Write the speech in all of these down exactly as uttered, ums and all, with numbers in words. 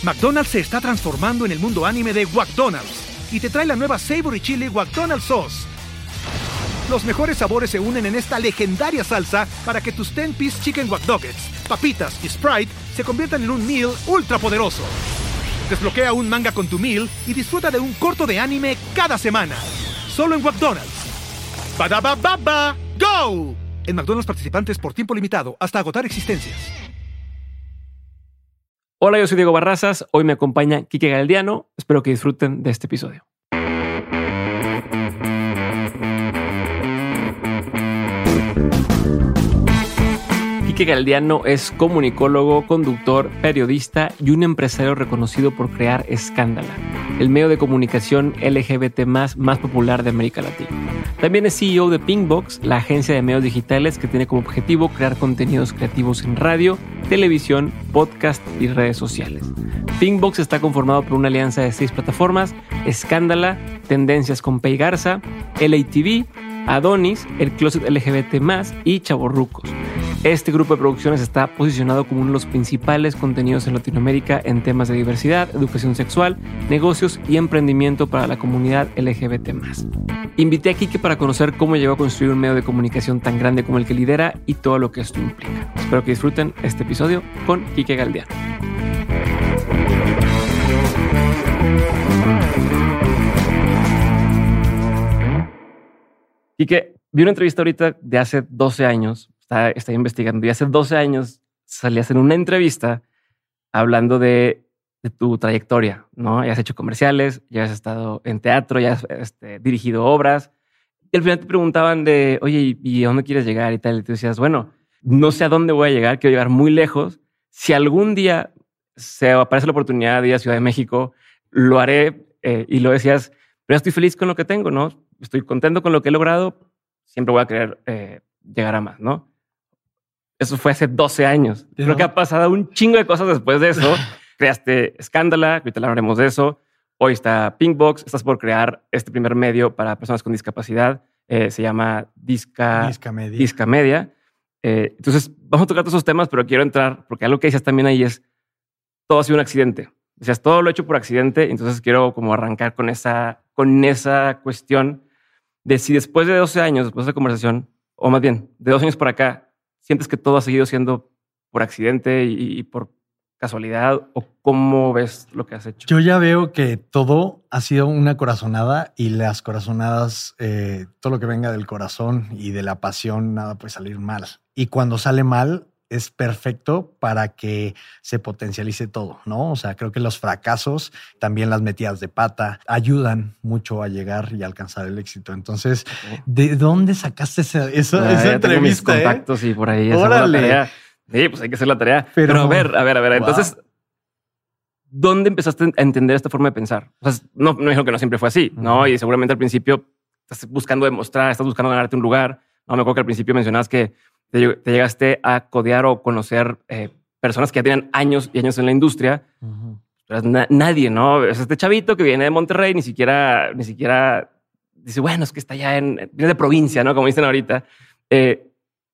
McDonald's se está transformando en el mundo anime de WackDonald's y te trae la nueva Savory Chili WackDonald's Sauce. Los mejores sabores se unen en esta legendaria salsa para que tus ten-piece chicken wack nuggets, papitas y Sprite se conviertan en un meal ultra poderoso. Desbloquea un manga con tu meal y disfruta de un corto de anime cada semana. Solo en McDonald's. ¡Badaba baba! ¡Go! En McDonald's participantes por tiempo limitado hasta agotar existencias. Hola, yo soy Diego Barrazas. Hoy me acompaña Quique Galdiano. Espero que disfruten de este episodio. Quique Galdiano es comunicólogo, conductor, periodista y un empresario reconocido por crear Escándala, el medio de comunicación L G B T más, más popular de América Latina. También es C E O de Pinkbox, la agencia de medios digitales que tiene como objetivo crear contenidos creativos en radio, televisión, podcast y redes sociales. Pinkbox está conformado por una alianza de seis plataformas: Escándala, Tendencias con Pei Garza, L A T V, Adonis, El Closet L G B T más y Chavorrucos. Este grupo de producciones está posicionado como uno de los principales contenidos en Latinoamérica en temas de diversidad, educación sexual, negocios y emprendimiento para la comunidad L G B T más. Invité a Quique para conocer cómo llegó a construir un medio de comunicación tan grande como el que lidera y todo lo que esto implica. Espero que disfruten este episodio con Quique Galdiano. Quique, vi una entrevista ahorita de hace doce años. Está, está investigando y hace doce años salías en una entrevista hablando de, de tu trayectoria, ¿no? Ya has hecho comerciales, ya has estado en teatro, ya has este, dirigido obras. Y al final te preguntaban de, oye, ¿y a dónde quieres llegar? Y tal. Y tú decías, bueno, no sé a dónde voy a llegar, quiero llegar muy lejos. Si algún día se aparece la oportunidad de ir a Ciudad de México, lo haré. Eh, y lo decías, pero estoy feliz con lo que tengo, ¿no? Estoy contento con lo que he logrado. Siempre voy a querer eh, llegar a más, ¿no? Eso fue hace doce años. ¿No? Creo que ha pasado un chingo de cosas después de eso. Creaste Escándala, ahorita hablaremos de eso. Hoy está Pinkbox. Estás por crear este primer medio para personas con discapacidad. Eh, se llama Disca, Disca Media. Disca Media. Eh, entonces, vamos a tocar todos esos temas, pero quiero entrar, porque algo que dices también ahí es, todo ha sido un accidente. Decías, todo lo he hecho por accidente. Entonces quiero como arrancar con esa, con esa cuestión de si después de doce años, después de esa conversación, o más bien, de dos años por acá, ¿sientes que todo ha seguido siendo por accidente y, y por casualidad? ¿O cómo ves lo que has hecho? Yo ya veo que todo ha sido una corazonada y las corazonadas, eh, todo lo que venga del corazón y de la pasión, nada puede salir mal. Y cuando sale mal, es perfecto para que se potencialice todo, ¿no? O sea, creo que los fracasos, también las metidas de pata, ayudan mucho a llegar y alcanzar el éxito. Entonces, okay. ¿De dónde sacaste esa, esa, ah, esa entrevista? Mis contactos eh? y por ahí hacemos la tarea. Sí, pues hay que hacer la tarea. Pero, Pero a ver, a ver, a ver. Wow. Entonces, ¿dónde empezaste a entender esta forma de pensar? O sea, no, no dijo que no siempre fue así, ¿no? Uh-huh. Y seguramente al principio estás buscando demostrar, estás buscando ganarte un lugar. No, me acuerdo que al principio mencionabas que te, te llegaste a codear o conocer eh, personas que ya tenían años y años en la industria. Uh-huh. Pero na- nadie, ¿no? Es este chavito que viene de Monterrey, ni siquiera, ni siquiera dice, bueno, es que está allá en, viene de provincia, ¿no? Como dicen ahorita. Eh,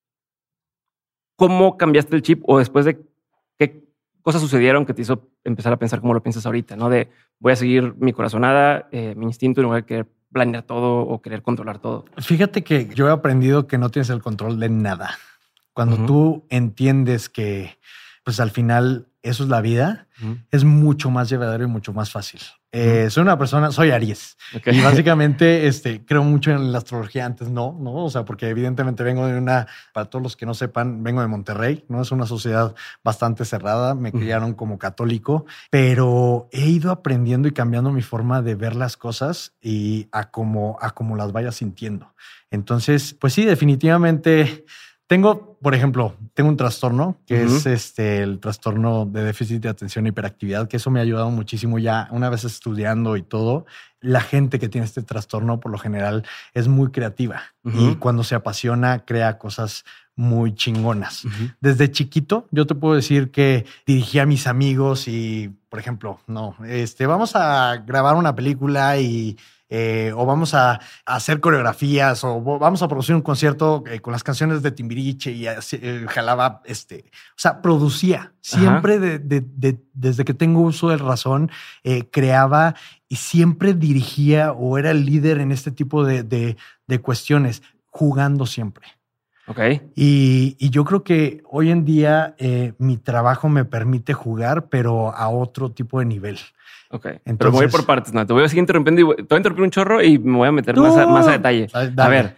¿Cómo cambiaste el chip o después de qué cosas sucedieron que te hizo empezar a pensar como lo piensas ahorita, ¿no? De voy a seguir mi corazonada, eh, mi instinto, y no voy a querer planear todo o querer controlar todo. Fíjate que yo he aprendido que no tienes el control de nada. Cuando uh-huh. tú entiendes que, pues al final eso es la vida, uh-huh. es mucho más llevadero y mucho más fácil. Eh, uh-huh. Soy una persona, soy Aries. Okay. Y básicamente este, creo mucho en la astrología. Antes no, ¿no? O sea, porque evidentemente vengo de una, para todos los que no sepan, vengo de Monterrey, ¿no? Es una sociedad bastante cerrada. Me uh-huh. criaron como católico, pero he ido aprendiendo y cambiando mi forma de ver las cosas y a cómo, a cómo las vaya sintiendo. Entonces, pues sí, definitivamente tengo, por ejemplo, tengo un trastorno que uh-huh. es este, el trastorno de déficit de atención e hiperactividad, que eso me ha ayudado muchísimo ya una vez estudiando y todo. La gente que tiene este trastorno por lo general es muy creativa uh-huh. y cuando se apasiona crea cosas muy chingonas. Uh-huh. Desde chiquito yo te puedo decir que dirigía a mis amigos y, por ejemplo, no, este, vamos a grabar una película y Eh, o vamos a, a hacer coreografías o vamos a producir un concierto eh, con las canciones de Timbiriche y así, eh, jalaba, este, o sea, producía siempre de, de, de, desde que tengo uso de razón, eh, creaba y siempre dirigía o era el líder en este tipo de, de, de cuestiones, jugando siempre. Ok. Y, y yo creo que hoy en día eh, mi trabajo me permite jugar, pero a otro tipo de nivel. Ok. Entonces, pero me voy por partes. No, te voy a seguir interrumpiendo y te voy a interrumpir un chorro y me voy a meter no, más, a, más a detalle. Dale. A ver,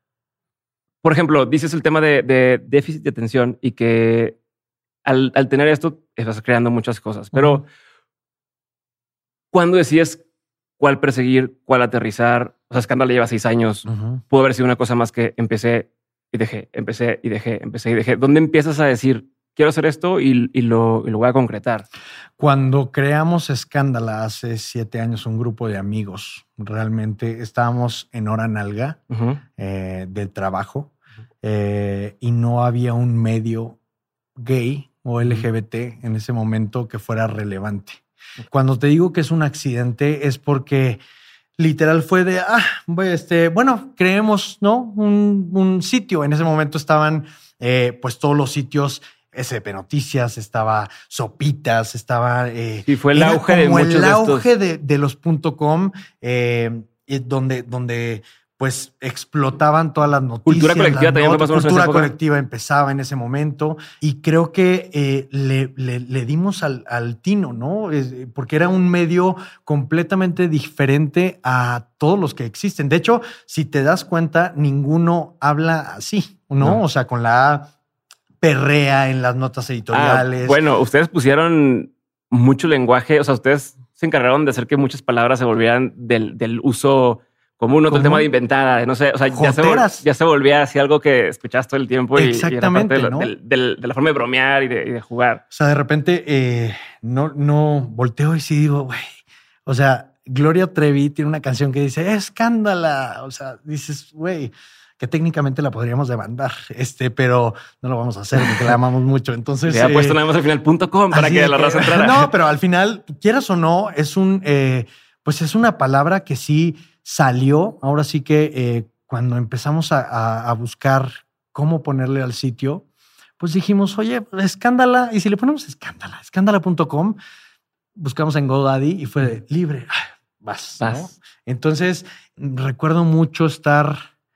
por ejemplo, dices el tema de, de déficit de atención y que al, al tener esto estás creando muchas cosas. Pero uh-huh. ¿cuándo decides cuál perseguir, cuál aterrizar? O sea, Escándala lleva seis años. Uh-huh. Pudo haber sido una cosa más que empecé y dejé, empecé y dejé, empecé y dejé. ¿Dónde empiezas a decir, quiero hacer esto y, y, lo, y lo voy a concretar? Cuando creamos Escándala hace siete años, un grupo de amigos, realmente estábamos en hora nalga uh-huh. eh, del trabajo uh-huh. eh, y no había un medio gay o L G B T uh-huh. en ese momento que fuera relevante. Uh-huh. Cuando te digo que es un accidente es porque literal fue de, ah, este, bueno, creemos, ¿no? Un, un sitio. En ese momento estaban, eh, pues, todos los sitios, S D P Noticias, estaba Sopitas, estaba... Eh, y fue el auge de muchos el de estos. auge de, de los .com, eh, donde, donde, pues, explotaban todas las noticias. Cultura colectiva también. Not- cultura colectiva empezaba en ese momento y creo que eh, le, le, le dimos al, al tino, ¿no? Es, porque era un medio completamente diferente a todos los que existen. De hecho, si te das cuenta, ninguno habla así, ¿no? no. O sea, con la perrea en las notas editoriales. Ah, bueno, ustedes pusieron mucho lenguaje. O sea, ustedes se encargaron de hacer que muchas palabras se volvieran del, del uso común, otro tema de inventada, no sé, o sea, ya se, vol- ya se volvía así algo que escuchas todo el tiempo y, exactamente, y era parte ¿no? de, la, de, de, de la forma de bromear y de, y de jugar. O sea, de repente eh, no, no volteo y sí digo, güey, o sea, Gloria Trevi tiene una canción que dice Escándala, o sea, dices, güey, que técnicamente la podríamos demandar, este, pero no lo vamos a hacer porque la amamos mucho. Entonces, le ha eh, puesto nada más al final punto com para que la raza entrara. No, pero al final, quieras o no, es un, eh, pues es una palabra que sí salió. Ahora sí que eh, cuando empezamos a, a, a buscar cómo ponerle al sitio, pues dijimos, oye, Escándala, y si le ponemos Escándala, escándala punto com, buscamos en GoDaddy y fue de libre, vas, vas. ¿no? Entonces, recuerdo mucho estar...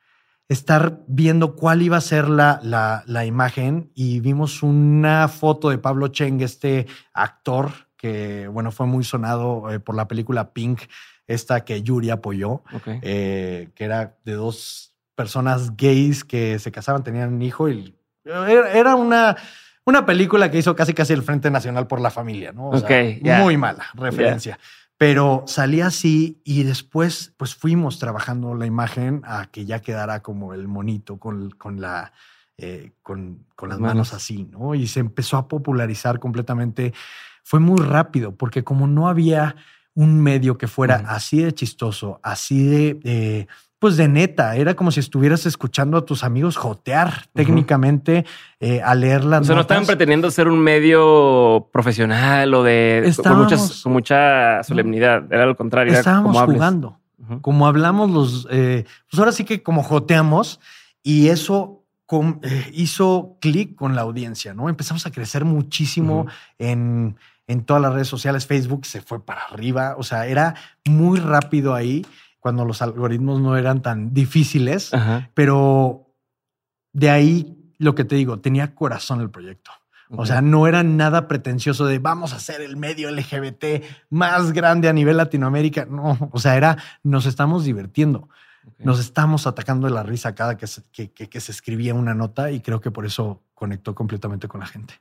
estar viendo cuál iba a ser la, la, la imagen y vimos una foto de Pablo Cheng, este actor que, bueno, fue muy sonado eh, por la película Pink, esta que Yuri apoyó, okay. eh, que era de dos personas gays que se casaban, tenían un hijo y era, era una, una película que hizo casi casi el Frente Nacional por la Familia, ¿no? O okay, sea, yeah. muy mala referencia. Yeah. Pero salía así y después pues fuimos trabajando la imagen a que ya quedara como el monito con, con, la, eh, con, con las manos así, ¿no? Y se empezó a popularizar completamente. Fue muy rápido porque como no había un medio que fuera uh-huh. así de chistoso, así de... Eh, pues de neta, era como si estuvieras escuchando a tus amigos jotear uh-huh. técnicamente eh, a leer las O sea, notas. no estaban pretendiendo ser un medio profesional o de con, muchas, con mucha solemnidad. Era lo contrario. Estábamos era como jugando. Uh-huh. Como hablamos los... Eh, pues ahora sí que como joteamos y eso con, eh, hizo clic con la audiencia, ¿no? Empezamos a crecer muchísimo uh-huh. en, en todas las redes sociales. Facebook se fue para arriba. O sea, era muy rápido ahí, cuando los algoritmos no eran tan difíciles, Ajá. pero de ahí lo que te digo, tenía corazón el proyecto. Okay. O sea, no era nada pretencioso de vamos a hacer el medio L G B T más grande a nivel Latinoamérica. No, o sea, era nos estamos divirtiendo. Okay. Nos estamos atacando de la risa cada que se, que, que, que se escribía una nota y creo que por eso conectó completamente con la gente.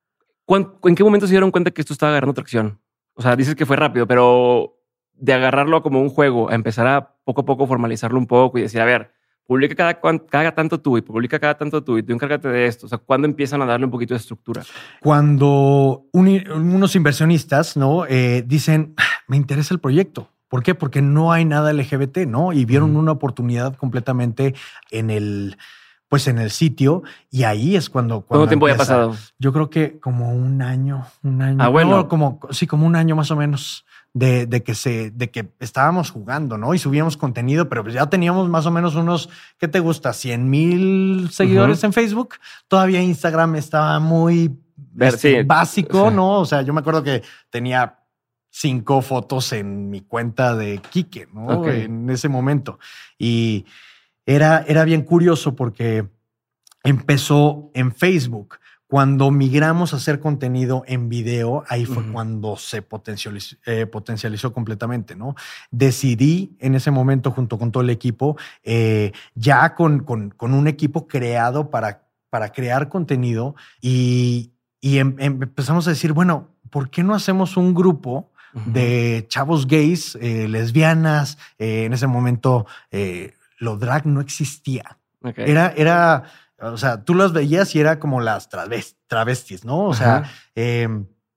¿En qué momento se dieron cuenta que esto estaba agarrando tracción? O sea, dices que fue rápido, pero... de agarrarlo como un juego, a empezar a poco a poco formalizarlo un poco y decir, a ver, publica cada, cada tanto tú y publica cada tanto tú y tú encárgate de esto. O sea, ¿cuándo empiezan a darle un poquito de estructura? Cuando un, unos inversionistas, ¿no? Eh, dicen, me interesa el proyecto. ¿Por qué? Porque no hay nada L G B T, ¿no? Y vieron mm. una oportunidad completamente en el... pues en el sitio y ahí es cuando... cuando ¿Cuánto tiempo empieza. había pasado? Yo creo que como un año, un año. Ah, bueno. No, como, sí, como un año más o menos de, de, que se, de que estábamos jugando, ¿no? Y subíamos contenido, pero pues ya teníamos más o menos unos, ¿qué te gusta? cien mil seguidores uh-huh. en Facebook. Todavía Instagram estaba muy Ver, este, sí. básico, Sí. ¿no? O sea, yo me acuerdo que tenía cinco fotos en mi cuenta de Quique, ¿no? Okay. En ese momento. Y era, era bien curioso porque empezó en Facebook. Cuando migramos a hacer contenido en video, ahí fue uh-huh. cuando se potencializó, eh, potencializó completamente, ¿no? Decidí en ese momento, junto con todo el equipo, eh, ya con, con, con un equipo creado para, para crear contenido y, y em, em, empezamos a decir, bueno, ¿por qué no hacemos un grupo uh-huh. de chavos gays, eh, lesbianas? Eh, en ese momento, eh, lo drag no existía. Okay. Era... era O sea, tú las veías y era como las travestis, ¿no? O sea, eh,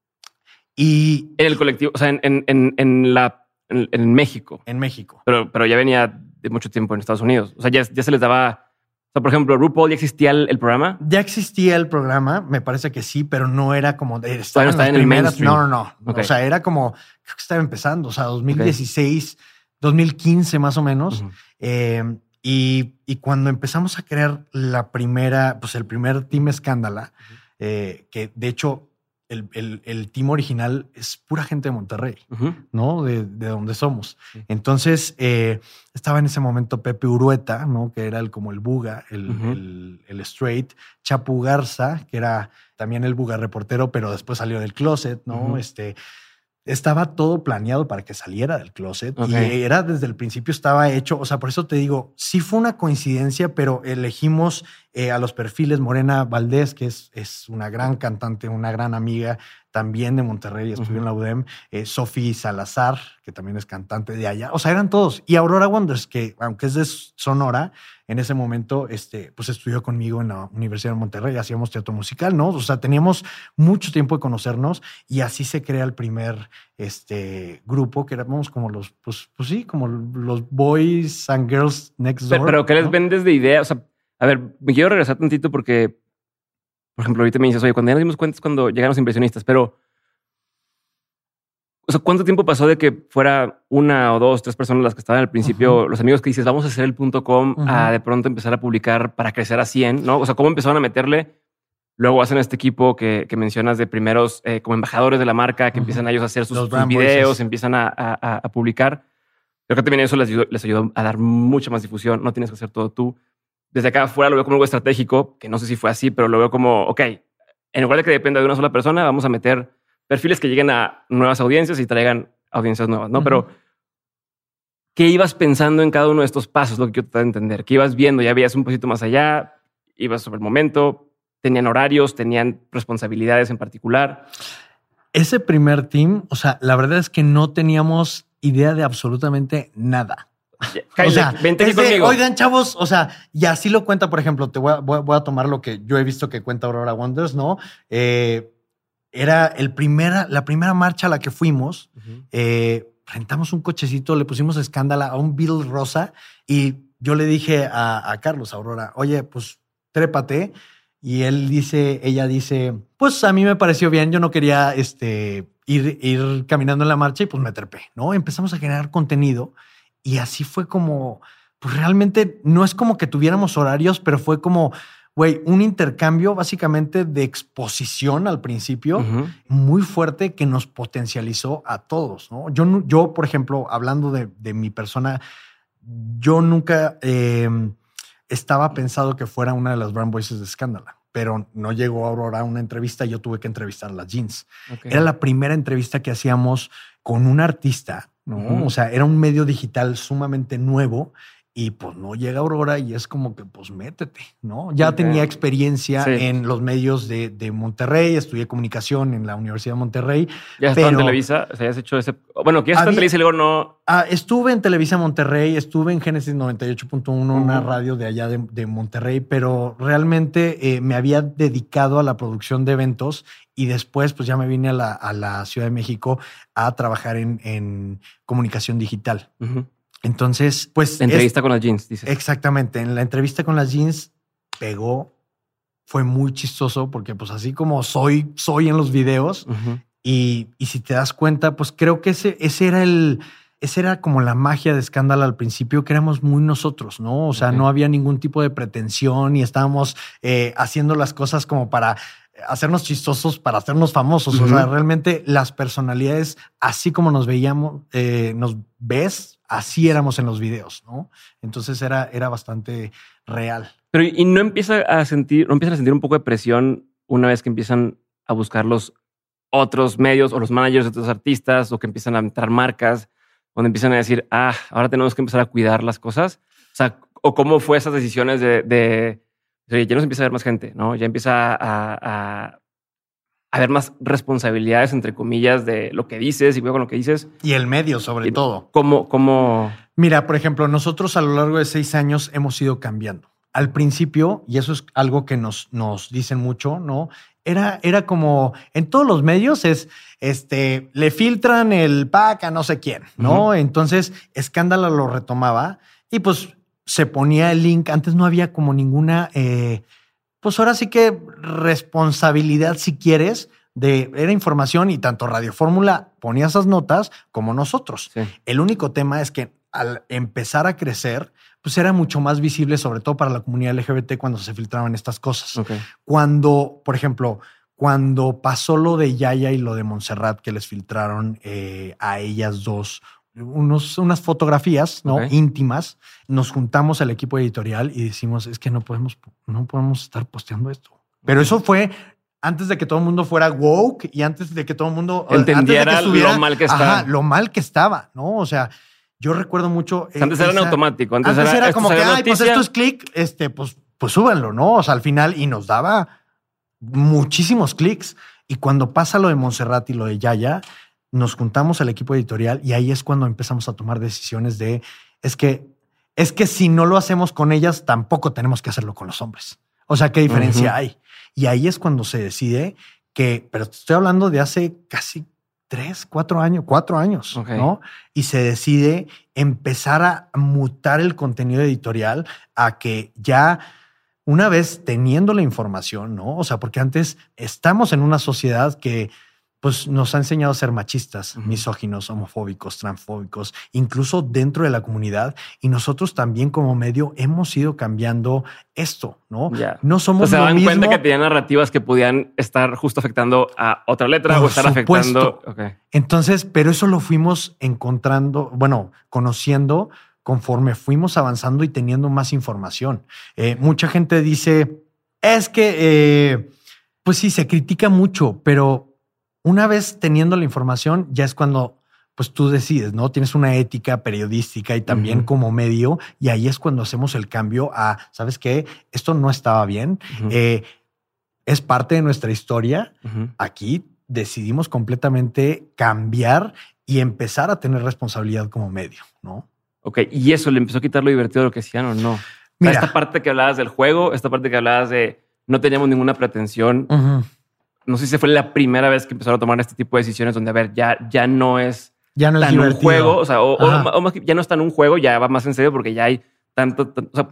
y... En el colectivo, o sea, en, en, en, la, en, en México. En México. Pero, pero ya venía de mucho tiempo en Estados Unidos. O sea, ya, ya se les daba... O sea, por ejemplo, RuPaul, ¿ya existía el, el programa? Ya existía el programa, me parece que sí, pero no era como... De, estaba no estaba en primeras, el mainstream. No, no, no. Okay. O sea, era como... Creo que estaba empezando, o sea, dos mil dieciséis, okay. dos mil quince más o menos. Uh-huh. Eh, Y, y cuando empezamos a crear la primera, pues el primer Team Escándala, uh-huh. eh, que de hecho el, el, el team original es pura gente de Monterrey, uh-huh. ¿no? De, de donde somos. Uh-huh. Entonces eh, estaba en ese momento Pepe Urueta, ¿no? Que era el, como el buga, el, uh-huh. el, el straight, Chapu Garza, que era también el buga reportero, pero después salió del closet, ¿no? Uh-huh. Este... Estaba todo planeado para que saliera del closet okay. y era desde el principio estaba hecho. O sea, por eso te digo, sí fue una coincidencia, pero elegimos eh, a los perfiles. Morena Valdés, que es, es una gran cantante, una gran amiga también de Monterrey, estudió uh-huh. en la U D E M. Eh, Sofi Salazar, que también es cantante de allá. O sea, eran todos. Y Aurora Wonders, que aunque es de Sonora, en ese momento este, pues estudió conmigo en la Universidad de Monterrey. Hacíamos teatro musical, ¿no? O sea, teníamos mucho tiempo de conocernos y así se crea el primer este, grupo, que éramos como los, pues, pues sí, como los boys and girls next door. Pero, pero ¿qué ¿no? les vendes de idea? O sea, a ver, me quiero regresar tantito porque, por ejemplo, ahorita me dices, oye, cuando ya nos dimos cuenta es cuando llegaron los impresionistas, pero o sea, ¿cuánto tiempo pasó de que fuera una o dos, tres personas las que estaban al principio, uh-huh. los amigos que dices, vamos a hacer el punto com, uh-huh. a de pronto empezar a publicar para crecer a cien, ¿no? O sea, ¿cómo empezaron a meterle? Luego hacen este equipo que, que mencionas de primeros eh, como embajadores de la marca, que uh-huh. empiezan a ellos a hacer sus, sus videos, voices. Empiezan a, a, a publicar. Creo que también eso les ayudó, les ayudó a dar mucha más difusión. No tienes que hacer todo tú. Desde acá afuera lo veo como algo estratégico, que no sé si fue así, pero lo veo como, ok, en lugar de que dependa de una sola persona, vamos a meter perfiles que lleguen a nuevas audiencias y traigan audiencias nuevas, ¿no? Uh-huh. Pero, ¿qué ibas pensando en cada uno de estos pasos? Lo que quiero tratar de entender. ¿Qué ibas viendo? ¿Ya veías un poquito más allá? ¿Ibas sobre el momento? ¿Tenían horarios? ¿Tenían responsabilidades en particular? Ese primer team, o sea, la verdad es que no teníamos idea de absolutamente nada. Kyle, o sea, vente aquí conmigo. Oigan, chavos, o sea, y así lo cuenta, por ejemplo, te voy a, voy a, voy a tomar lo que yo he visto que cuenta Aurora Wonders, ¿no? Eh, era el primera, la primera marcha a la que fuimos. Uh-huh. Eh, rentamos un cochecito, le pusimos Escándala a un Beetle rosa y yo le dije a, a Carlos, a Aurora, oye, pues trépate. Y él dice, ella dice, pues a mí me pareció bien, yo no quería este, ir, ir caminando en la marcha y pues me trepé, ¿no? Empezamos a generar contenido y así fue como, pues realmente no es como que tuviéramos horarios, pero fue como, güey, un intercambio básicamente de exposición al principio uh-huh. muy fuerte que nos potencializó a todos, ¿no? Yo, yo por ejemplo, hablando de, de mi persona, yo nunca... Eh, estaba pensado que fuera una de las brand voices de Escándala, pero no llegó Aurora a una entrevista y yo tuve que entrevistar a las Jeans. Okay. Era la primera entrevista que hacíamos con un artista, ¿no? Uh-huh. O sea, era un medio digital sumamente nuevo y pues no llega Aurora y es como que pues métete, ¿no? Ya okay. tenía experiencia sí. en los medios de, de Monterrey, estudié comunicación en la Universidad de Monterrey. ¿Ya estaba en Televisa? O sea, ¿ya has hecho ese...? Bueno, que ya estaba en Televisa y luego no... Ah, estuve en Televisa Monterrey, estuve en Génesis noventa y ocho punto uno, uh-huh. una radio de allá de, de Monterrey, pero realmente eh, me había dedicado a la producción de eventos y después pues ya me vine a la, a la Ciudad de México a trabajar en, en comunicación digital. Uh-huh. Entonces, pues... La entrevista es, con las Jeans, dices. Exactamente. En la entrevista con las Jeans pegó. Fue muy chistoso porque pues así como soy, soy en los videos. Uh-huh. Y, y si te das cuenta, pues creo que ese, ese era el... Esa era como la magia de Escándalo al principio, que éramos muy nosotros, ¿no? O sea, okay. no había ningún tipo de pretensión y estábamos eh, haciendo las cosas como para hacernos chistosos para hacernos famosos. Uh-huh. O sea, realmente las personalidades, así como nos veíamos, eh, nos ves, así éramos en los videos, ¿no? Entonces era, era bastante real. Pero y no empieza a sentir, no empiezan a sentir un poco de presión una vez que empiezan a buscar los otros medios o los managers de otros artistas, o que empiezan a entrar marcas, donde empiezan a decir, ah, ahora tenemos que empezar a cuidar las cosas. O sea, o cómo fue esas decisiones de, de, de ya nos empieza a ver más gente, ¿no? Ya empieza a, a, a haber más responsabilidades, entre comillas, de lo que dices y luego con lo que dices. Y el medio, sobre y todo. ¿Cómo, cómo? Mira, por ejemplo, nosotros a lo largo de seis años hemos ido cambiando. Al principio, y eso es algo que nos, nos dicen mucho, ¿no? Era, era como en todos los medios es este, le filtran el pack a no sé quién, ¿no? Uh-huh. Entonces, Escándalo lo retomaba y pues se ponía el link. Antes no había como ninguna, eh, pues ahora sí que responsabilidad, si quieres, de era información, y tanto Radio Fórmula ponía esas notas como nosotros. Sí. El único tema es que al empezar a crecer, pues era mucho más visible, sobre todo para la comunidad L G B T, cuando se filtraban estas cosas. Okay. Cuando, por ejemplo, cuando pasó lo de Yaya y lo de Montserrat, que les filtraron eh, a ellas dos unos, unas fotografías, ¿no? Okay. íntimas, nos juntamos al equipo editorial y decimos, es que no podemos, no podemos estar posteando esto. Pero eso fue antes de que todo el mundo fuera woke y antes de que todo el mundo entendiera que subiera, lo mal que estaba. Ajá, lo mal que estaba, ¿no? O sea, yo recuerdo mucho. Eh, antes era en automático. Antes, antes era, era como que, ay, pues esto es clic, este, pues, pues súbanlo, ¿no? O sea, al final, y nos daba muchísimos clics. Y cuando pasa lo de Montserrat y lo de Yaya, nos juntamos al equipo editorial y ahí es cuando empezamos a tomar decisiones de, es que, es que si no lo hacemos con ellas, tampoco tenemos que hacerlo con los hombres. O sea, ¿qué diferencia uh-huh. hay? Y ahí es cuando se decide que, pero te estoy hablando de hace casi tres, cuatro años, cuatro años, okay. ¿no? Y se decide empezar a mutar el contenido editorial a que ya una vez teniendo la información, ¿no? O sea, porque antes estamos en una sociedad que pues nos ha enseñado a ser machistas, uh-huh. misóginos, homofóbicos, transfóbicos, incluso dentro de la comunidad. Y nosotros también como medio hemos ido cambiando esto, ¿no? Yeah. No somos o sea, lo dan mismo. cuenta que tenían narrativas que podían estar justo afectando a otra letra Por o estar supuesto. afectando. Okay. Entonces, pero eso lo fuimos encontrando, bueno, conociendo conforme fuimos avanzando y teniendo más información. Eh, mucha gente dice, es que, eh, pues sí, se critica mucho, pero una vez teniendo la información, ya es cuando pues tú decides, ¿no? Tienes una ética periodística y también uh-huh. como medio, y ahí es cuando hacemos el cambio a, ¿sabes qué? Esto no estaba bien. Uh-huh. Eh, es parte de nuestra historia. Uh-huh. Aquí decidimos completamente cambiar y empezar a tener responsabilidad como medio, ¿no? Ok, ¿y eso le empezó a quitar lo divertido de lo que hacían o no? Mira, esta parte que hablabas del juego, esta parte que hablabas de no teníamos ninguna pretensión. Uh-huh. No sé si fue la primera vez que empezaron a tomar este tipo de decisiones donde, a ver, ya, ya no es, ya no es tan divertido. Un juego, o sea, o, o, o más que ya no está en un juego, ya va más en serio porque ya hay tanto, tanto o sea,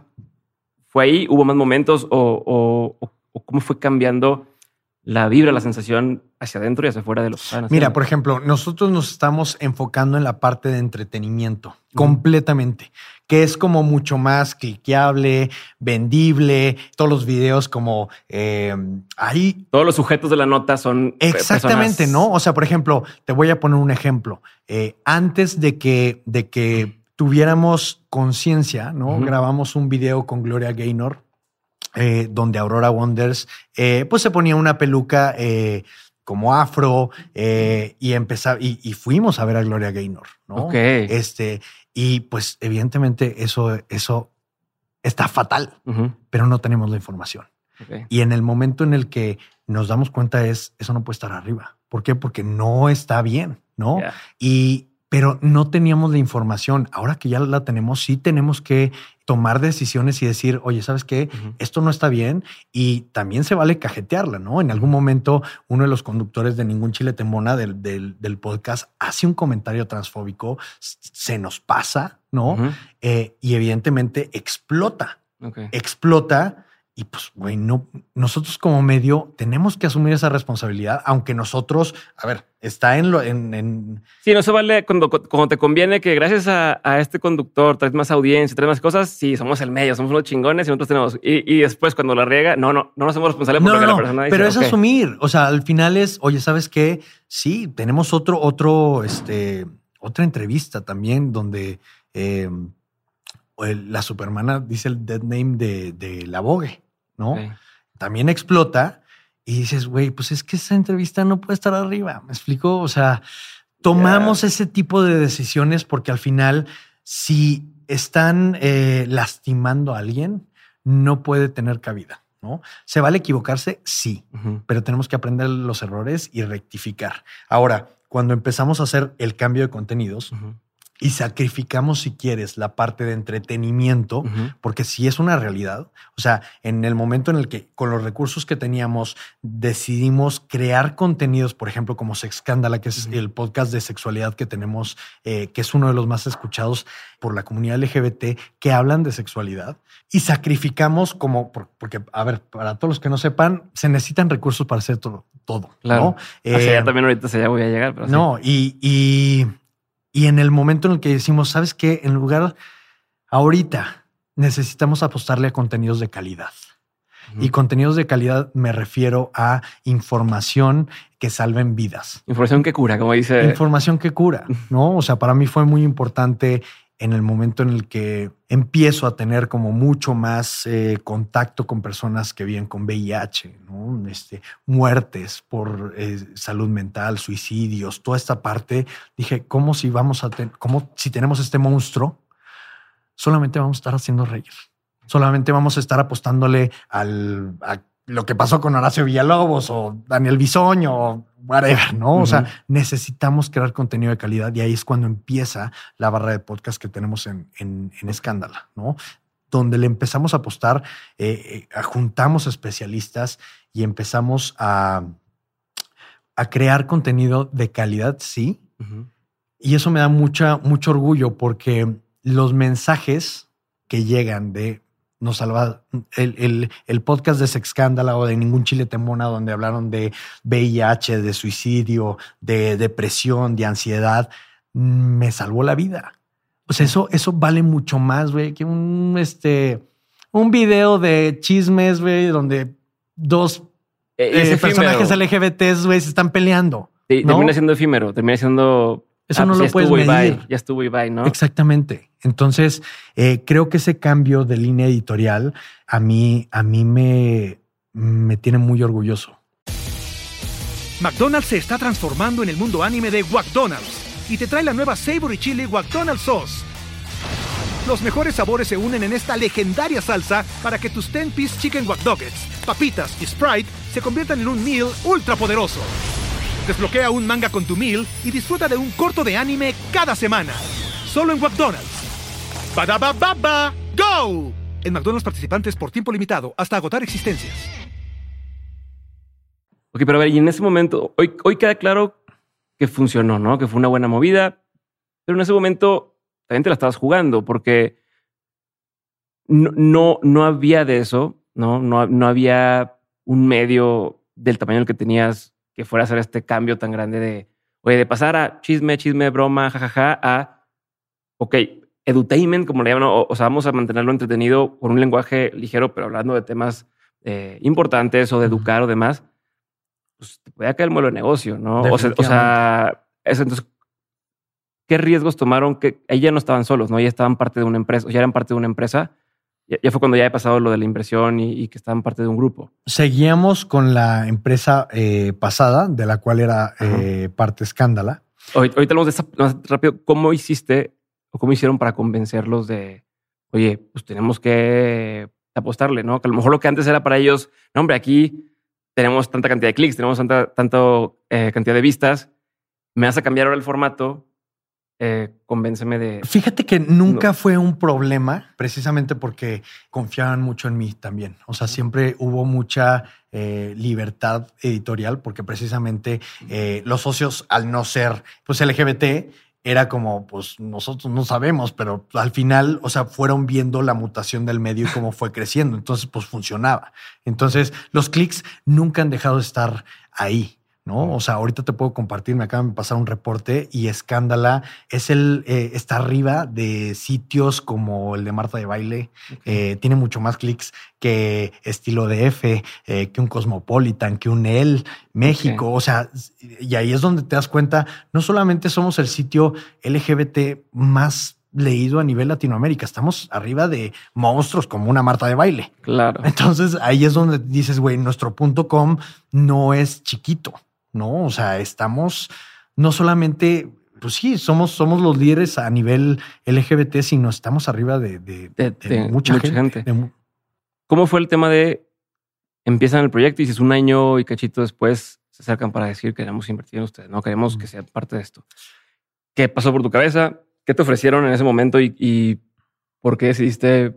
fue ahí, hubo más momentos o, o, o, o cómo fue cambiando la vibra, la sensación hacia adentro y hacia afuera de los fans. Mira, por ejemplo, nosotros nos estamos enfocando en la parte de entretenimiento uh-huh. completamente, que es como mucho más cliqueable, vendible. Todos los videos como eh, ahí. Todos los sujetos de la nota son exactamente, personas... ¿no? O sea, por ejemplo, te voy a poner un ejemplo. Eh, antes de que, de que tuviéramos conciencia, ¿no? Uh-huh. Grabamos un video con Gloria Gaynor. Eh, donde Aurora Wonders eh, pues se ponía una peluca eh, como afro eh, y empezaba y, y fuimos a ver a Gloria Gaynor, ¿no? Okay. Este, y pues evidentemente eso, eso está fatal, uh-huh. pero no tenemos la información. Okay. Y en el momento en el que nos damos cuenta es, eso no puede estar arriba. ¿Por qué? Porque no está bien, ¿no? Yeah. Y pero no teníamos la información. Ahora que ya la tenemos, sí tenemos que tomar decisiones y decir, oye, ¿sabes qué? Uh-huh. Esto no está bien, y también se vale cajetearla, ¿no? En algún momento, uno de los conductores de Ningún Chile Te Embona del, del, del podcast hace un comentario transfóbico, se nos pasa, ¿no? Uh-huh. Eh, y evidentemente explota. Okay. Explota Y pues, güey, no, nosotros como medio tenemos que asumir esa responsabilidad, aunque nosotros, a ver, está en lo, en, en... Sí, no se vale cuando, cuando te conviene que gracias a, a este conductor traes más audiencia, traes más cosas. Sí, somos el medio, somos unos chingones y nosotros tenemos. Y, y después cuando la riega, no, no, no nos hacemos responsables por no, lo que no, la persona dice. Pero es okay. asumir. O sea, al final es, oye, ¿sabes qué? Sí, tenemos otro, otro, este, otra entrevista también donde eh, la Supermana dice el dead name de, de la Vogue, ¿no? Okay. También explota y dices, güey, pues es que esa entrevista no puede estar arriba. ¿Me explico? O sea, tomamos yeah. ese tipo de decisiones porque al final, si están eh, lastimando a alguien, no puede tener cabida, ¿no? ¿Se vale equivocarse? Sí, uh-huh. pero tenemos que aprender los errores y rectificar. Ahora, cuando empezamos a hacer el cambio de contenidos, uh-huh. y sacrificamos, si quieres, la parte de entretenimiento, uh-huh. porque sí es una realidad. O sea, en el momento en el que con los recursos que teníamos decidimos crear contenidos, por ejemplo, como Sexcándala, que es uh-huh. el podcast de sexualidad que tenemos, eh, que es uno de los más escuchados por la comunidad L G B T, que hablan de sexualidad. Y sacrificamos como, porque, a ver, para todos los que no sepan, se necesitan recursos para hacer todo. todo claro. ¿no? Eh, Hacia allá también ahorita se ya voy a llegar. Pero no, sí. y... y Y en el momento en el que decimos, ¿sabes qué? En lugar, ahorita necesitamos apostarle a contenidos de calidad. Uh-huh. Y contenidos de calidad me refiero a información que salven vidas. Información que cura, como dice. Información que cura, ¿no? O sea, para mí fue muy importante en el momento en el que empiezo a tener como mucho más eh, contacto con personas que viven con V I H, ¿no? Este, muertes por eh, salud mental, suicidios, toda esta parte. Dije, ¿cómo si vamos a ten- cómo si tenemos este monstruo, solamente vamos a estar haciendo reír? Solamente vamos a estar apostándole al, a lo que pasó con Horacio Villalobos o Daniel Bisoño o whatever, ¿no? Uh-huh. O sea, necesitamos crear contenido de calidad y ahí es cuando empieza la barra de podcast que tenemos en, en, en Escándala, ¿no? Donde le empezamos a apostar, eh, eh, juntamos especialistas y empezamos a, a crear contenido de calidad, sí. Uh-huh. Y eso me da mucha, mucho orgullo porque los mensajes que llegan de nos salva el, el, el podcast de Sexcándala o de Ningún Chile Te Embona, donde hablaron de V I H, de suicidio, de depresión, de ansiedad, me salvó la vida. O sea, eso, eso vale mucho más, güey, que un, este, un video de chismes, güey, donde dos eh, personajes L G B Ts, güey, se están peleando. Sí, ¿no? Termina siendo efímero, termina siendo... Eso ah, no pues lo ya puedes estuvo medir. Ibai, ya estuvo Ibai, ¿no? Exactamente. Entonces, eh, creo que ese cambio de línea editorial a mí, a mí me, me tiene muy orgulloso. McDonald's se está transformando en el mundo anime de McDonald's y te trae la nueva Savory Chili McDonald's Sauce. Los mejores sabores se unen en esta legendaria salsa para que tus ten-piece chicken wack nuggets, papitas y Sprite se conviertan en un meal ultra poderoso. Desbloquea un manga con tu meal y disfruta de un corto de anime cada semana. Solo en McDonald's. ¡Badabababa! ¡Go! En McDonald's participantes por tiempo limitado hasta agotar existencias. Ok, pero a ver, y en ese momento, hoy, hoy queda claro que funcionó, ¿no? Que fue una buena movida, pero en ese momento también te la estabas jugando porque no, no, no había de eso, ¿no? No, no había un medio del tamaño del que tenías que fuera a hacer este cambio tan grande de, oye, de pasar a chisme, chisme, broma, jajaja, a, ok, edutainment, como le llaman, o, o sea, vamos a mantenerlo entretenido con un lenguaje ligero, pero hablando de temas eh, importantes o de educar o demás, pues te puede caer el modelo de negocio, ¿no? O sea, o sea eso, entonces, ¿qué riesgos tomaron? Que ahí ya no estaban solos, ¿no? Ya estaban parte de una empresa, o ya eran parte de una empresa. Ya, ya fue cuando ya he pasado lo de la inversión y, y que estaban parte de un grupo. Seguíamos con la empresa eh, pasada, de la cual era eh, parte Escándala. Ahorita hablamos de esa, más rápido. ¿Cómo hiciste o cómo hicieron para convencerlos de, oye, pues tenemos que apostarle, ¿no? Que a lo mejor lo que antes era para ellos, no, hombre, aquí tenemos tanta cantidad de clics, tenemos tanta, tanto, eh, cantidad de vistas, me vas a cambiar ahora el formato. Eh, convénceme de... Fíjate que nunca no. fue un problema, precisamente porque confiaban mucho en mí también. O sea, siempre hubo mucha eh, libertad editorial, porque precisamente eh, los socios, al no ser pues L G B T, era como, pues nosotros no sabemos, pero al final, o sea, fueron viendo la mutación del medio y cómo fue creciendo. Entonces, pues funcionaba. Entonces, los clics nunca han dejado de estar ahí, ¿no? O sea, ahorita te puedo compartir, me acaban de pasar un reporte y Escándala es el, eh, está arriba de sitios como el de Marta de Baile. Okay. Eh, tiene mucho más clics que Estilo D F, eh, que un Cosmopolitan, que un El, México. Okay. O sea, y ahí es donde te das cuenta, no solamente somos el sitio L G B T más leído a nivel Latinoamérica, estamos arriba de monstruos como una Marta de Baile. Claro. Entonces ahí es donde dices, güey, nuestro punto com no es chiquito, ¿no? O sea, estamos no solamente, pues sí, somos, somos los líderes a nivel L G B T, sino estamos arriba de, de, de, de, de mucha, mucha gente. gente. De... ¿Cómo fue el tema de empiezan el proyecto y dices un año y cachito después se acercan para decir queremos invertir en ustedes, no queremos que sea parte de esto? ¿Qué pasó por tu cabeza? ¿Qué te ofrecieron en ese momento y, y por qué decidiste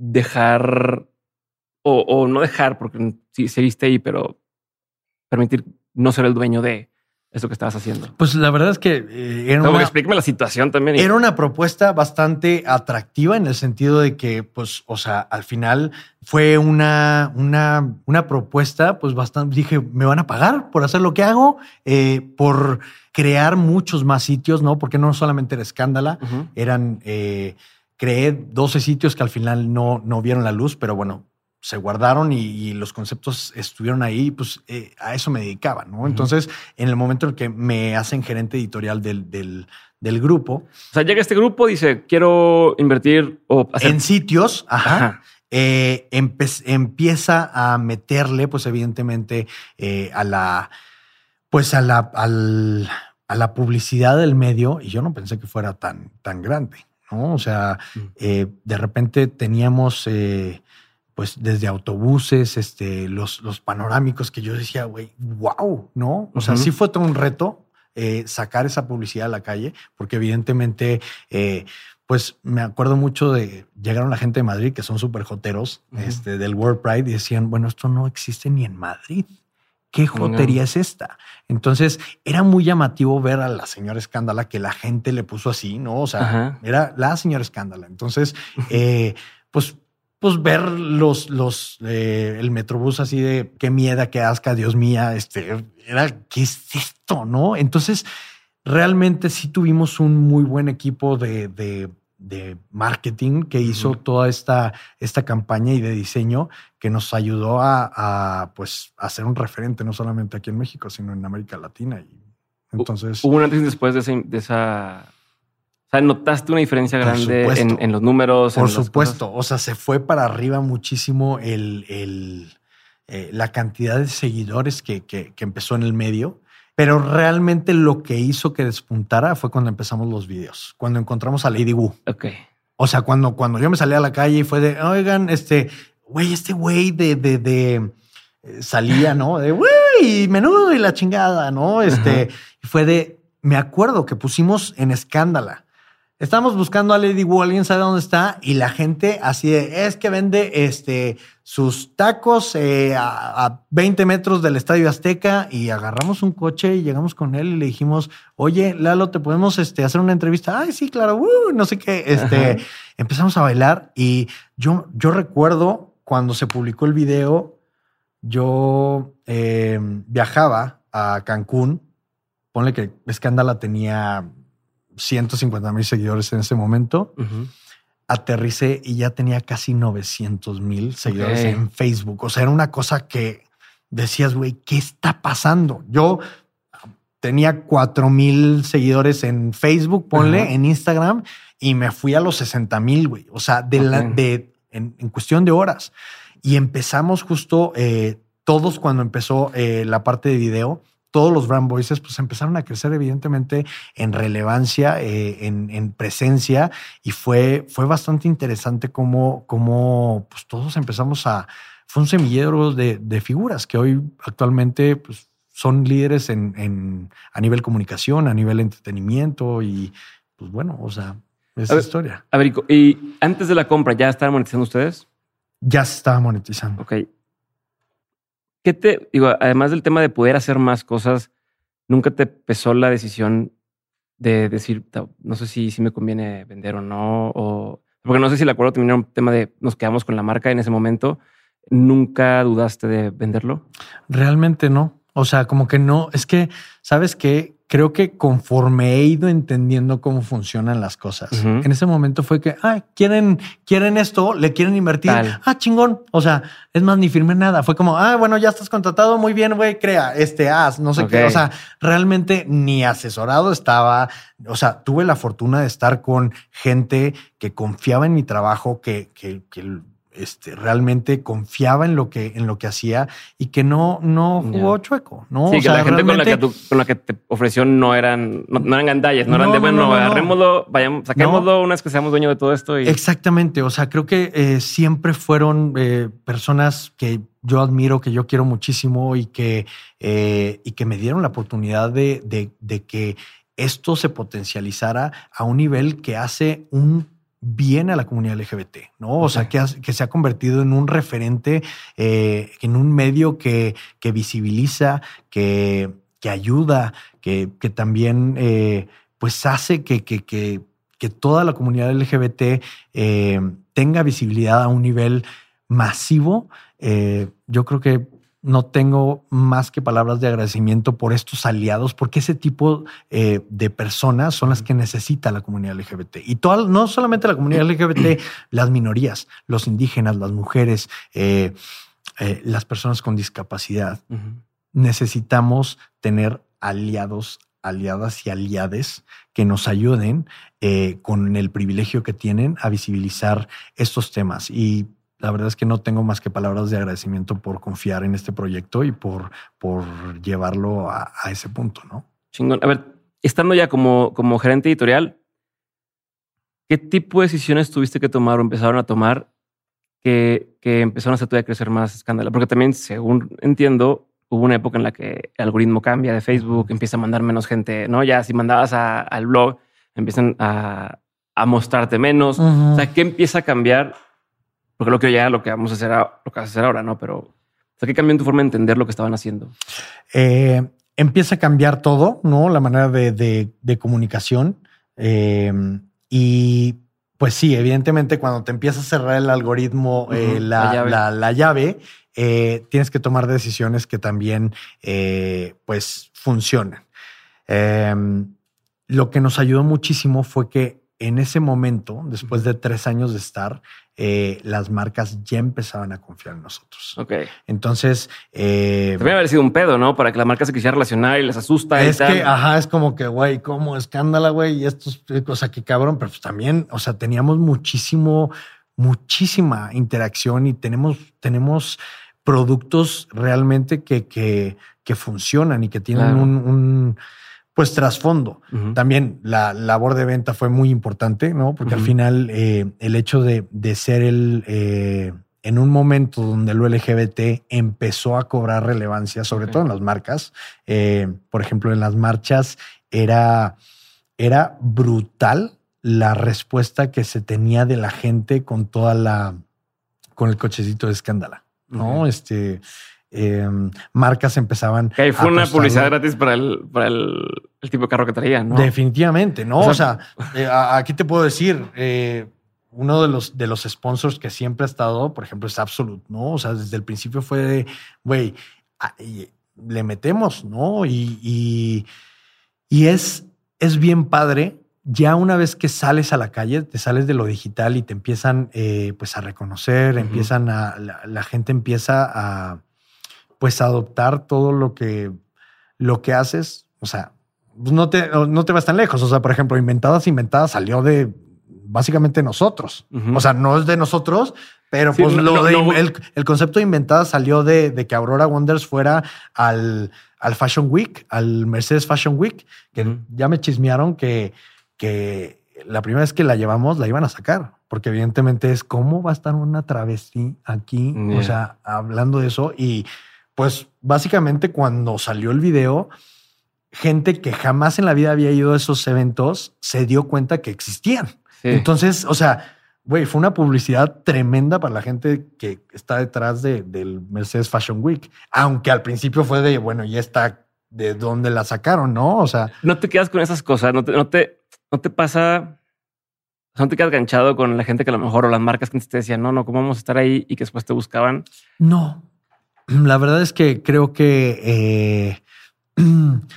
dejar o, o no dejar, porque sí seguiste ahí, pero permitir no ser el dueño de eso que estabas haciendo? Pues la verdad es que eh, era Tengo una, que explícame la situación también. Era una propuesta bastante atractiva en el sentido de que, pues, o sea, al final fue una, una, una propuesta, pues bastante, dije, me van a pagar por hacer lo que hago, eh, por crear muchos más sitios, ¿no? Porque no solamente era Escándala, uh-huh. eran, eh, creé doce sitios que al final no, no vieron la luz, pero bueno, se guardaron y, y los conceptos estuvieron ahí, pues eh, a eso me dedicaba, ¿no? Uh-huh. Entonces, en el momento en que me hacen gerente editorial del, del, del grupo. O sea, llega este grupo, dice, quiero invertir o hacer... En sitios, ajá. ajá. Eh, empe- empieza a meterle, pues evidentemente, eh, a la, pues a la, al, a la publicidad del medio, y yo no pensé que fuera tan, tan grande, ¿no? O sea, uh-huh. eh, de repente teníamos... Eh, pues desde autobuses, este, los, los panorámicos que yo decía, güey, wow, ¿no? O sea, uh-huh. sí fue todo un reto eh, sacar esa publicidad a la calle, porque evidentemente, eh, pues me acuerdo mucho de, llegaron la gente de Madrid, que son súper joteros, uh-huh. este, del World Pride, y decían, bueno, esto no existe ni en Madrid. ¿Qué jotería no. es esta? Entonces, era muy llamativo ver a la señora Escándala, que la gente le puso así, ¿no? O sea, uh-huh. era la señora Escándala. Entonces, uh-huh. eh, pues... pues ver los, los, eh, el Metrobús así de qué miedo, qué asca, Dios mía, este, era, ¿qué es esto? ¿No? Entonces, realmente sí tuvimos un muy buen equipo de, de, de marketing que hizo uh-huh. toda esta, esta campaña y de diseño que nos ayudó a, a, pues, a ser un referente, no solamente aquí en México, sino en América Latina. Y entonces... ¿Hubo un antes y después de esa... De esa... O sea, ¿notaste una diferencia grande en, en los números? Por en supuesto. O sea, se fue para arriba muchísimo el, el, eh, la cantidad de seguidores que, que, que empezó en el medio. Pero realmente lo que hizo que despuntara fue cuando empezamos los videos. Cuando encontramos a Lady Wu. Ok. O sea, cuando, cuando yo me salí a la calle y fue de, oigan, este, güey, este güey de, de, de eh, salía, ¿no? De, güey, menudo y la chingada, ¿no? Este, y fue de, me acuerdo que pusimos en Escándala. Estamos buscando a Lady Wu, alguien sabe dónde está, y la gente así de, es que vende este, sus tacos eh, a, a veinte metros del Estadio Azteca, y agarramos un coche y llegamos con él y le dijimos, oye, Lalo, ¿te podemos este, hacer una entrevista? Ay, sí, claro, uh, no sé qué. Este, empezamos a bailar y yo, yo recuerdo cuando se publicó el video, yo eh, viajaba a Cancún, ponle que Escándala tenía ciento cincuenta mil seguidores en ese momento. Uh-huh. Aterricé y ya tenía casi novecientos mil seguidores okay. en Facebook. O sea, era una cosa que decías, güey, ¿qué está pasando? Yo tenía cuatro mil seguidores en Facebook, ponle, uh-huh. en Instagram, y me fui a los sesenta mil, güey. O sea, de okay. la, de, en, en cuestión de horas. Y empezamos justo eh, todos cuando empezó eh, la parte de video. Todos los brand voices pues empezaron a crecer evidentemente en relevancia, eh, en, en presencia, y fue, fue bastante interesante cómo, cómo pues todos empezamos a... Fue un semillero de, de figuras que hoy actualmente pues, son líderes en, en, a nivel comunicación, a nivel entretenimiento y pues bueno, o sea, esa historia. A ver, ¿y antes de la compra ya estaban monetizando ustedes? Ya se estaba monetizando. Ok. ¿Qué te digo? Además del tema de poder hacer más cosas, ¿nunca te pesó la decisión de decir, no sé si, si me conviene vender o no, o porque no sé si el acuerdo terminó un tema de nos quedamos con la marca en ese momento. ¿Nunca dudaste de venderlo? Realmente no. O sea, como que no. Es que, ¿sabes qué? Creo que conforme he ido entendiendo cómo funcionan las cosas, uh-huh. en ese momento fue que, ah, quieren, quieren esto, le quieren invertir. Tal. Ah, chingón. O sea, es más, ni firmé nada. Fue como, ah, bueno, ya estás contratado. Muy bien, güey, crea, este, haz, no sé okay. qué. O sea, realmente ni asesorado estaba. O sea, tuve la fortuna de estar con gente que confiaba en mi trabajo, que, que, que Este, realmente confiaba en lo que, en lo que hacía y que no, no jugó yeah. chueco. ¿no? Sí, o que sea, la gente realmente... con, la que tú, con la que te ofreció no eran, no, no eran gandallas, no, no eran de, bueno, no, no, agarrémoslo, vayamos, saquémoslo no. una vez que seamos dueños de todo esto. Y... Exactamente. O sea, creo que eh, siempre fueron eh, personas que yo admiro, que yo quiero muchísimo y que, eh, y que me dieron la oportunidad de, de, de que esto se potencializara a un nivel que hace un bien a la comunidad L G B T, ¿no? O okay. sea, que, ha, que se ha convertido en un referente, eh, en un medio que, que visibiliza, que, que ayuda, que, que también eh, pues hace que, que, que, que toda la comunidad L G B T eh, tenga visibilidad a un nivel masivo. Eh, yo creo que no tengo más que palabras de agradecimiento por estos aliados, porque ese tipo eh, de personas son las que necesita la comunidad L G B T. Y toda, no solamente la comunidad L G B T, las minorías, los indígenas, las mujeres, eh, eh, las personas con discapacidad. Uh-huh. Necesitamos tener aliados, aliadas y aliades que nos ayuden eh, con el privilegio que tienen a visibilizar estos temas. Y la verdad es que no tengo más que palabras de agradecimiento por confiar en este proyecto y por, por llevarlo a, a ese punto, ¿no? Chingón. A ver, estando ya como, como gerente editorial, ¿qué tipo de decisiones tuviste que tomar o empezaron a tomar que, que empezaron a hacer todavía crecer más Escándala? Porque también, según entiendo, hubo una época en la que el algoritmo cambia de Facebook, empieza a mandar menos gente, ¿no? Ya si mandabas a, al blog, empiezan a, a mostrarte menos. Uh-huh. O sea, ¿qué empieza a cambiar? Porque lo que ya lo que vamos a hacer, lo que vas a hacer ahora, ¿no? Pero, o sea, ¿qué cambió en tu forma de entender lo que estaban haciendo? Eh, empieza a cambiar todo, ¿no? La manera de, de, de comunicación. Eh, y pues sí, evidentemente, cuando te empieza a cerrar el algoritmo, uh-huh. eh, la, la llave, la, la llave eh, tienes que tomar decisiones que también, eh, pues, funcionan. Eh, lo que nos ayudó muchísimo fue que en ese momento, después de tres años de estar, eh, las marcas ya empezaban a confiar en nosotros. Ok. Entonces... Eh, Debe haber sido un pedo, ¿no? Para que la marca se quisiera relacionar y les asusta. Es y tal. que, ajá, es como que, güey, ¿cómo? Escándala, güey. Y esto es cosa que cabrón. Pero pues también, o sea, teníamos muchísimo, muchísima interacción y tenemos, tenemos productos realmente que, que, que funcionan y que tienen claro. un... un pues trasfondo. Uh-huh. También la labor de venta fue muy importante, ¿no? Porque uh-huh. al final eh, el hecho de, de ser el eh, en un momento donde lo L G B T empezó a cobrar relevancia, sobre okay. todo en las marcas. Eh, por ejemplo, en las marchas era, era brutal la respuesta que se tenía de la gente con toda la con el cochecito de Escándala, ¿no? Uh-huh. Este Eh, marcas empezaban que fue una publicidad gratis para el para el, el tipo de carro que traía, ¿no? Definitivamente, ¿no? O sea, o sea eh, aquí te puedo decir, eh, uno de los, de los sponsors que siempre ha estado, por ejemplo, es Absolute, ¿no? O sea, desde el principio fue de, güey, le metemos, ¿no? Y, y, y es, es bien padre. Ya una vez que sales a la calle, te sales de lo digital y te empiezan eh, pues a reconocer, uh-huh. empiezan a, la, la gente empieza a pues adoptar todo lo que, lo que haces. O sea, pues no te, no te vas tan lejos. O sea, por ejemplo, Inventadas, Inventadas salió de básicamente nosotros. Uh-huh. O sea, no es de nosotros, pero sí, pues no, lo no, de, no. El, el concepto de Inventadas salió de, de que Aurora Wonders fuera al, al Fashion Week, al Mercedes Fashion Week, que uh-huh. ya me chismearon que, que la primera vez que la llevamos la iban a sacar. Porque evidentemente es cómo va a estar una travesti aquí. Yeah. O sea, hablando de eso y pues básicamente cuando salió el video, gente que jamás en la vida había ido a esos eventos se dio cuenta que existían. Sí. Entonces, o sea, güey, fue una publicidad tremenda para la gente que está detrás de, del Mercedes Fashion Week. Aunque al principio fue de, bueno, ya está de dónde la sacaron, ¿no? O sea, no te quedas con esas cosas, no te, no te, no te pasa, no te quedas ganchado con la gente que a lo mejor o las marcas que te decían, no, no, ¿cómo vamos a estar ahí? Y que después te buscaban. No, la verdad es que creo que eh,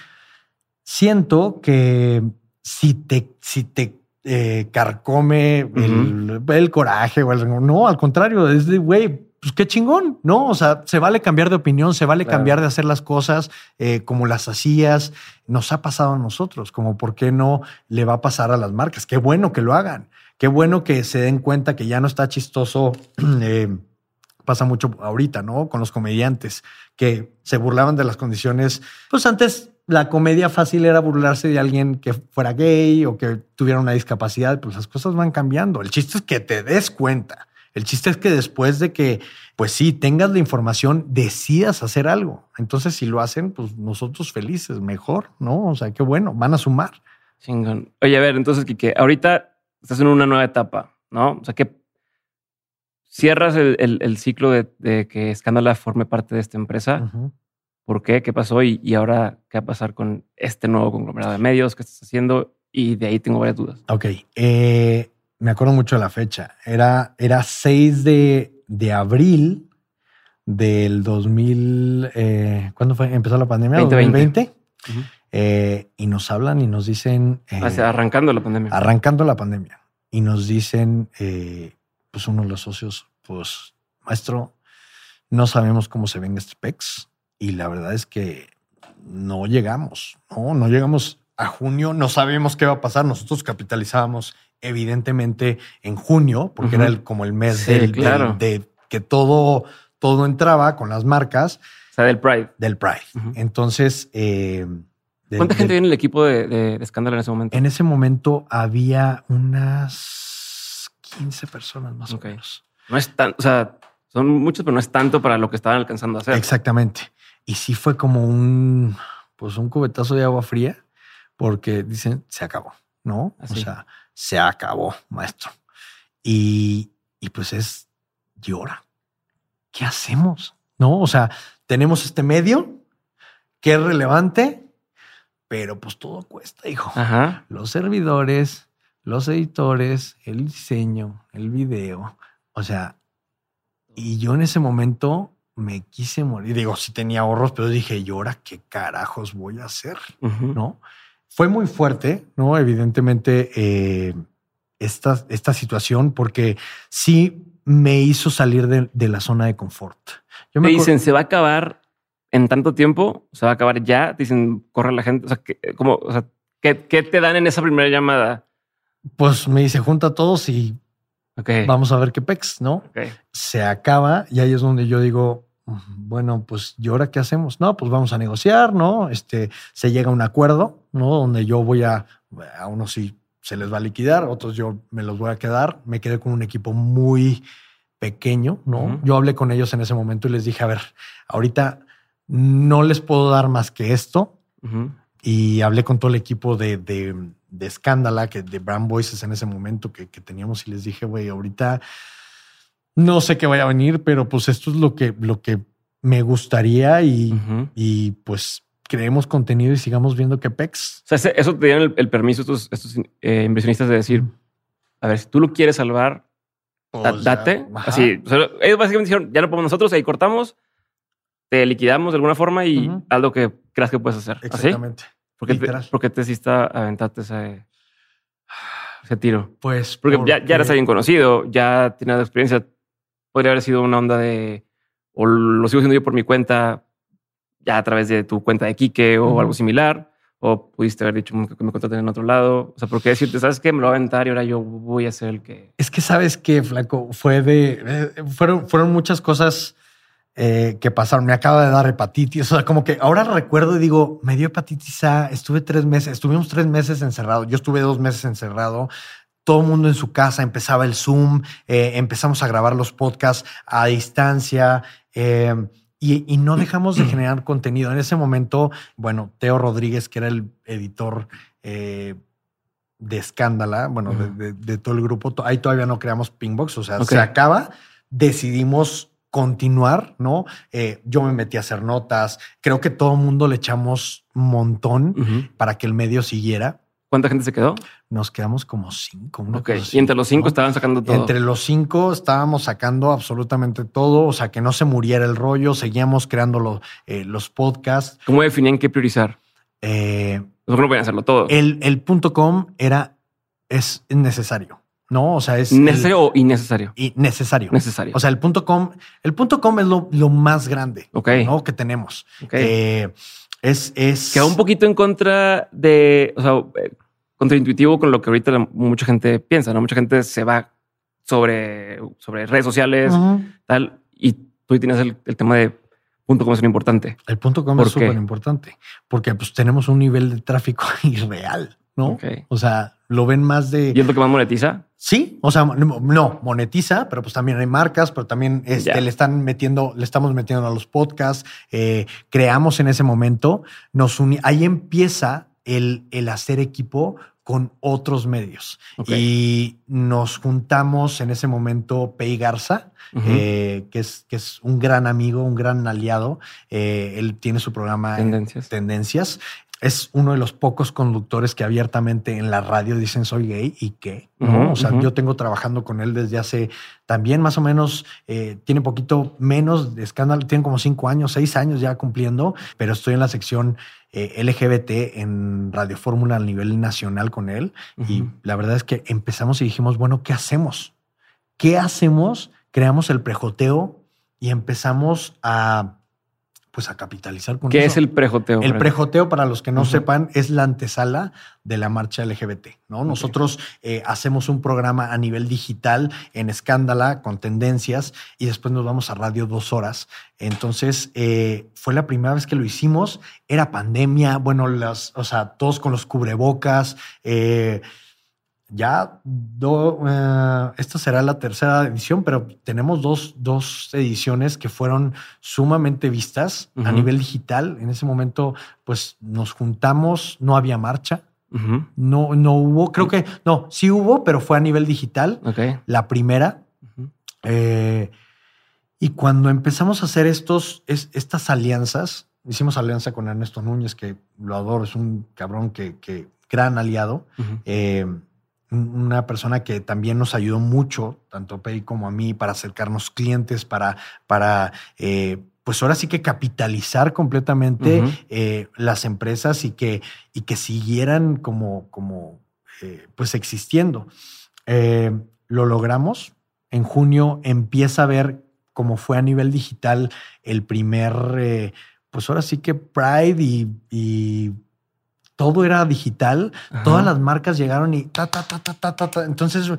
siento que si te, si te eh, carcome uh-huh. el, el coraje o el, no, al contrario, es de güey, pues qué chingón, ¿no? O sea, se vale cambiar de opinión, se vale claro. cambiar de hacer las cosas eh, como las hacías. Nos ha pasado a nosotros, como por qué no le va a pasar a las marcas. Qué bueno que lo hagan. Qué bueno que se den cuenta que ya no está chistoso. Eh, pasa mucho ahorita, ¿no? Con los comediantes que se burlaban de las condiciones. Pues antes la comedia fácil era burlarse de alguien que fuera gay o que tuviera una discapacidad. Pues las cosas van cambiando. El chiste es que te des cuenta. El chiste es que después de que, pues sí, tengas la información, decidas hacer algo. Entonces, si lo hacen, pues nosotros felices, mejor, ¿no? O sea, qué bueno, van a sumar. Chingón. Oye, a ver, entonces, Quique, ahorita estás en una nueva etapa, ¿no? O sea, que cierras el, el, el ciclo de, de que Escándala forme parte de esta empresa. Uh-huh. ¿Por qué? ¿Qué pasó? Y, y ahora, ¿qué va a pasar con este nuevo conglomerado de medios que estás haciendo? Y de ahí tengo varias dudas. Ok. Eh... Me acuerdo mucho de la fecha. Era, era seis de, de abril del dos mil... Eh, ¿Cuándo fue? ¿Empezó la pandemia? veinte veinte. ¿dos mil veinte? Uh-huh. Eh, y nos hablan y nos dicen... Eh, o sea, arrancando la pandemia. Arrancando la pandemia. Y nos dicen, eh, pues uno de los socios, pues, maestro, no sabemos cómo se venga este Pex. Y la verdad es que no llegamos. No, no llegamos a junio. No sabemos qué va a pasar. Nosotros capitalizábamos evidentemente en junio, porque uh-huh. era el, como el mes sí, del, claro. del, de que todo, todo entraba con las marcas. O sea, del Pride. Del Pride. Uh-huh. Entonces... Eh, del, ¿Cuánta gente había en el equipo de, de, de Escándalo en ese momento? En ese momento había unas quince personas más okay. o menos. No es tan... O sea, son muchos, pero no es tanto para lo que estaban alcanzando a hacer. Exactamente. Y sí fue como un... Pues un cubetazo de agua fría, porque dicen, se acabó, ¿no? Así. O sea... Se acabó, maestro. Y, y pues es, llora. ¿Qué hacemos? ¿No? O sea, tenemos este medio que es relevante, pero pues todo cuesta, hijo. Ajá. Los servidores, los editores, el diseño, el video. O sea, y yo en ese momento me quise morir. Digo, sí tenía ahorros, pero dije, ¿y ahora qué carajos voy a hacer? Uh-huh. ¿No? Fue muy fuerte, ¿no? Evidentemente, eh, esta, esta situación, porque sí me hizo salir de, de la zona de confort. Yo me dicen, ¿se va a acabar en tanto tiempo? ¿Se va a acabar ya? Dicen, corre la gente. O sea, ¿qué, cómo, o sea, ¿qué, qué te dan en esa primera llamada? Pues me dice, junta a todos y okay. vamos a ver qué pex, ¿no? Okay. Se acaba y ahí es donde yo digo, bueno, pues ¿y ahora qué hacemos? No, pues vamos a negociar, ¿no? Este, se llega a un acuerdo, ¿no? Donde yo voy a, a unos sí se les va a liquidar, otros yo me los voy a quedar. Me quedé con un equipo muy pequeño, ¿no? Uh-huh. Yo hablé con ellos en ese momento y les dije, a ver, ahorita no les puedo dar más que esto. Uh-huh. Y hablé con todo el equipo de, de, de Escándala, que de Brand Voices en ese momento que, que teníamos y les dije, güey, ahorita no sé qué vaya a venir, pero pues esto es lo que, lo que me gustaría y, uh-huh. y pues creemos contenido y sigamos viendo qué pex. O sea, eso te dieron el, el permiso estos, estos eh, inversionistas de decir, uh-huh. a ver, si tú lo quieres salvar, pues da, date. Ya, así, o sea, ellos básicamente dijeron, ya lo podemos nosotros, ahí cortamos, te liquidamos de alguna forma y uh-huh. haz lo que creas que puedes hacer. Exactamente. ¿Así? ¿Por qué te, ¿Por qué te hiciste aventarte ese, ese tiro? Pues porque, porque... Ya, ya eras alguien conocido, ya tenías experiencia. Podría haber sido una onda de, o lo sigo haciendo yo por mi cuenta, ya a través de tu cuenta de Quique o uh-huh. algo similar, o pudiste haber dicho que me contraten en otro lado. O sea, ¿por qué decirte, sabes qué? Me lo voy a aventar y ahora yo voy a ser el que... Es que sabes qué, flaco, fue de... Eh, fueron, fueron muchas cosas eh, que pasaron. Me acaba de dar hepatitis. O sea, como que ahora recuerdo y digo, me dio hepatitis A, estuve tres meses, estuvimos tres meses encerrados. Yo estuve dos meses encerrado. Todo el mundo en su casa, empezaba el Zoom, eh, empezamos a grabar los podcasts a distancia eh, y, y no dejamos de generar contenido. En ese momento, bueno, Teo Rodríguez, que era el editor eh, de Escándala, bueno, uh-huh. de, de, de todo el grupo, ahí todavía no creamos Pinkbox, o sea, okay. se acaba, decidimos continuar, ¿no? Eh, yo me metí a hacer notas. Creo que todo el mundo le echamos un montón uh-huh. para que el medio siguiera. ¿Cuánta gente se quedó? Nos quedamos como cinco. Una okay. cosa así, y entre los cinco ¿no? estaban sacando todo. Entre los cinco estábamos sacando absolutamente todo. O sea, que no se muriera el rollo. Seguíamos creando lo, eh, los podcasts. ¿Cómo definían qué priorizar? Eh, Nosotros no podían hacerlo todo. El, el punto com era, es necesario. No, o sea, es necesario el, o innecesario. Y necesario. Necesario. O sea, el punto com, el punto com es lo, lo más grande okay. ¿no? que tenemos. Okay. Eh, es, es que va un poquito en contra de, o sea, eh, contraintuitivo con lo que ahorita la, mucha gente piensa, ¿no? Mucha gente se va sobre, sobre redes sociales, uh-huh. tal, y tú tienes el, el tema de punto com es muy importante. El punto com es súper importante porque pues tenemos un nivel de tráfico irreal, ¿no? Okay. O sea, lo ven más de... ¿Y es lo que más monetiza? Sí, o sea, no, monetiza, pero pues también hay marcas, pero también este, yeah. le están metiendo, le estamos metiendo a los podcasts, eh, creamos en ese momento, nos uni- ahí empieza el, el hacer equipo con otros medios. Okay. Y nos juntamos en ese momento Pei Garza, uh-huh. eh, que, es, que es un gran amigo, un gran aliado. Eh, él tiene su programa Tendencias. Tendencias. Es uno de los pocos conductores que abiertamente en la radio dicen soy gay y qué. ¿no? Uh-huh, o sea, uh-huh. yo tengo trabajando con él desde hace también más o menos, eh, tiene poquito menos de escándalo, tiene como cinco años, seis años ya cumpliendo, pero estoy en la sección eh, L G B T en Radio Fórmula a nivel nacional con él. Uh-huh. Y la verdad es que empezamos y dijimos, bueno, ¿qué hacemos? ¿Qué hacemos? Creamos el prejoteo y empezamos a... pues a capitalizar con ¿Qué eso. ¿Qué es el prejoteo? El prejoteo, para los que no uh-huh. sepan, es la antesala de la marcha L G B T, ¿no? Okay. Nosotros eh, hacemos un programa a nivel digital en Escándala con tendencias y después nos vamos a radio dos horas. Entonces, eh, fue la primera vez que lo hicimos. Era pandemia, bueno, las, o sea, todos con los cubrebocas, eh, Ya, do, uh, esta será la tercera edición, pero tenemos dos, dos ediciones que fueron sumamente vistas uh-huh. a nivel digital. En ese momento, pues nos juntamos, no había marcha, uh-huh. no, no hubo, creo que, no, sí hubo, pero fue a nivel digital, okay. la primera. Uh-huh. Eh, y cuando empezamos a hacer estos, es, estas alianzas, hicimos alianza con Ernesto Núñez, que lo adoro, es un cabrón que, que gran aliado. Uh-huh. Eh, una persona que también nos ayudó mucho, tanto a Pei como a mí, para acercarnos clientes, para, para eh, pues ahora sí que capitalizar completamente uh-huh. eh, las empresas y que, y que siguieran como, como eh, pues existiendo. Eh, lo logramos. En junio empieza a ver cómo fue a nivel digital el primer, eh, pues ahora sí que Pride y... y todo era digital, ajá. todas las marcas llegaron y ta, ta, ta, ta, ta, ta, ta. Entonces,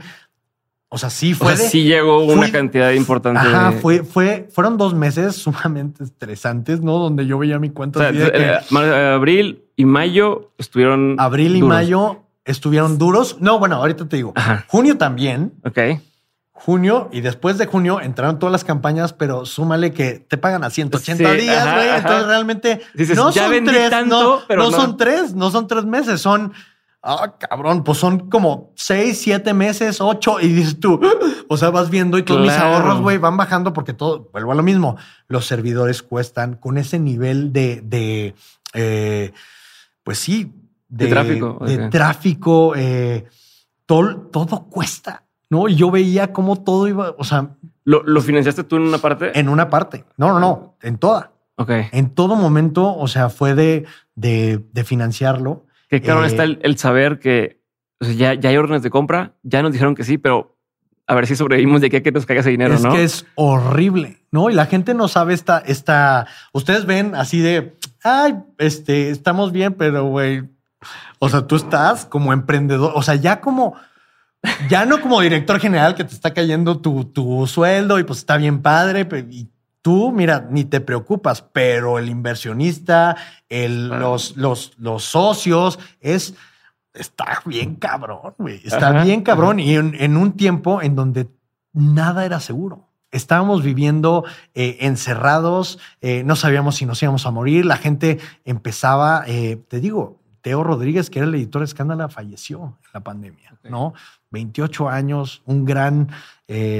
o sea, sí fue. O sea, de, sí llegó fue, una cantidad importante. Ajá, de... fue, fue, fueron dos meses sumamente estresantes, ¿no? Donde yo veía mi cuenta. O sea, de que... eh, abril y mayo estuvieron. Abril y duros. mayo estuvieron duros. No, bueno, ahorita te digo. Ajá. Junio también. Ok. Junio y después de junio entraron todas las campañas, pero súmale que te pagan a ciento ochenta sí, días, güey. Entonces realmente dices, no ya son tres, tanto, no, pero no, no son tres, no son tres meses, son, ah, cabrón, pues son como seis, siete meses, ocho y dices tú, o sea, vas viendo y todos claro. mis ahorros, güey, van bajando porque todo, vuelvo a lo mismo, los servidores cuestan con ese nivel de, de eh, pues sí, de, de tráfico, de okay. tráfico, eh, todo, todo cuesta. No, y yo veía cómo todo iba, o sea... ¿Lo, ¿Lo financiaste tú en una parte? En una parte. No, no, no, en toda. Ok. En todo momento, o sea, fue de, de, de financiarlo. Que claro, eh, está el, el saber que o sea, ya, ya hay órdenes de compra, ya nos dijeron que sí, pero a ver si sobrevivimos de aquí a que nos caiga ese dinero, es ¿no? Es que es horrible, ¿no? Y la gente no sabe esta... esta ustedes ven así de, ay, este, estamos bien, pero güey, o sea, tú estás como emprendedor, o sea, ya como... Ya no como director general que te está cayendo tu, tu sueldo y pues está bien padre. Y tú, mira, ni te preocupas, pero el inversionista, el, ah. los, los, los socios, es, está bien cabrón, güey. Está ajá, bien cabrón. Ajá. Y en, en un tiempo en donde nada era seguro. Estábamos viviendo eh, encerrados, eh, no sabíamos si nos íbamos a morir. La gente empezaba, eh, te digo, Teo Rodríguez, que era el editor de Escándala, falleció en la pandemia, okay. ¿no? veintiocho años, un gran, eh,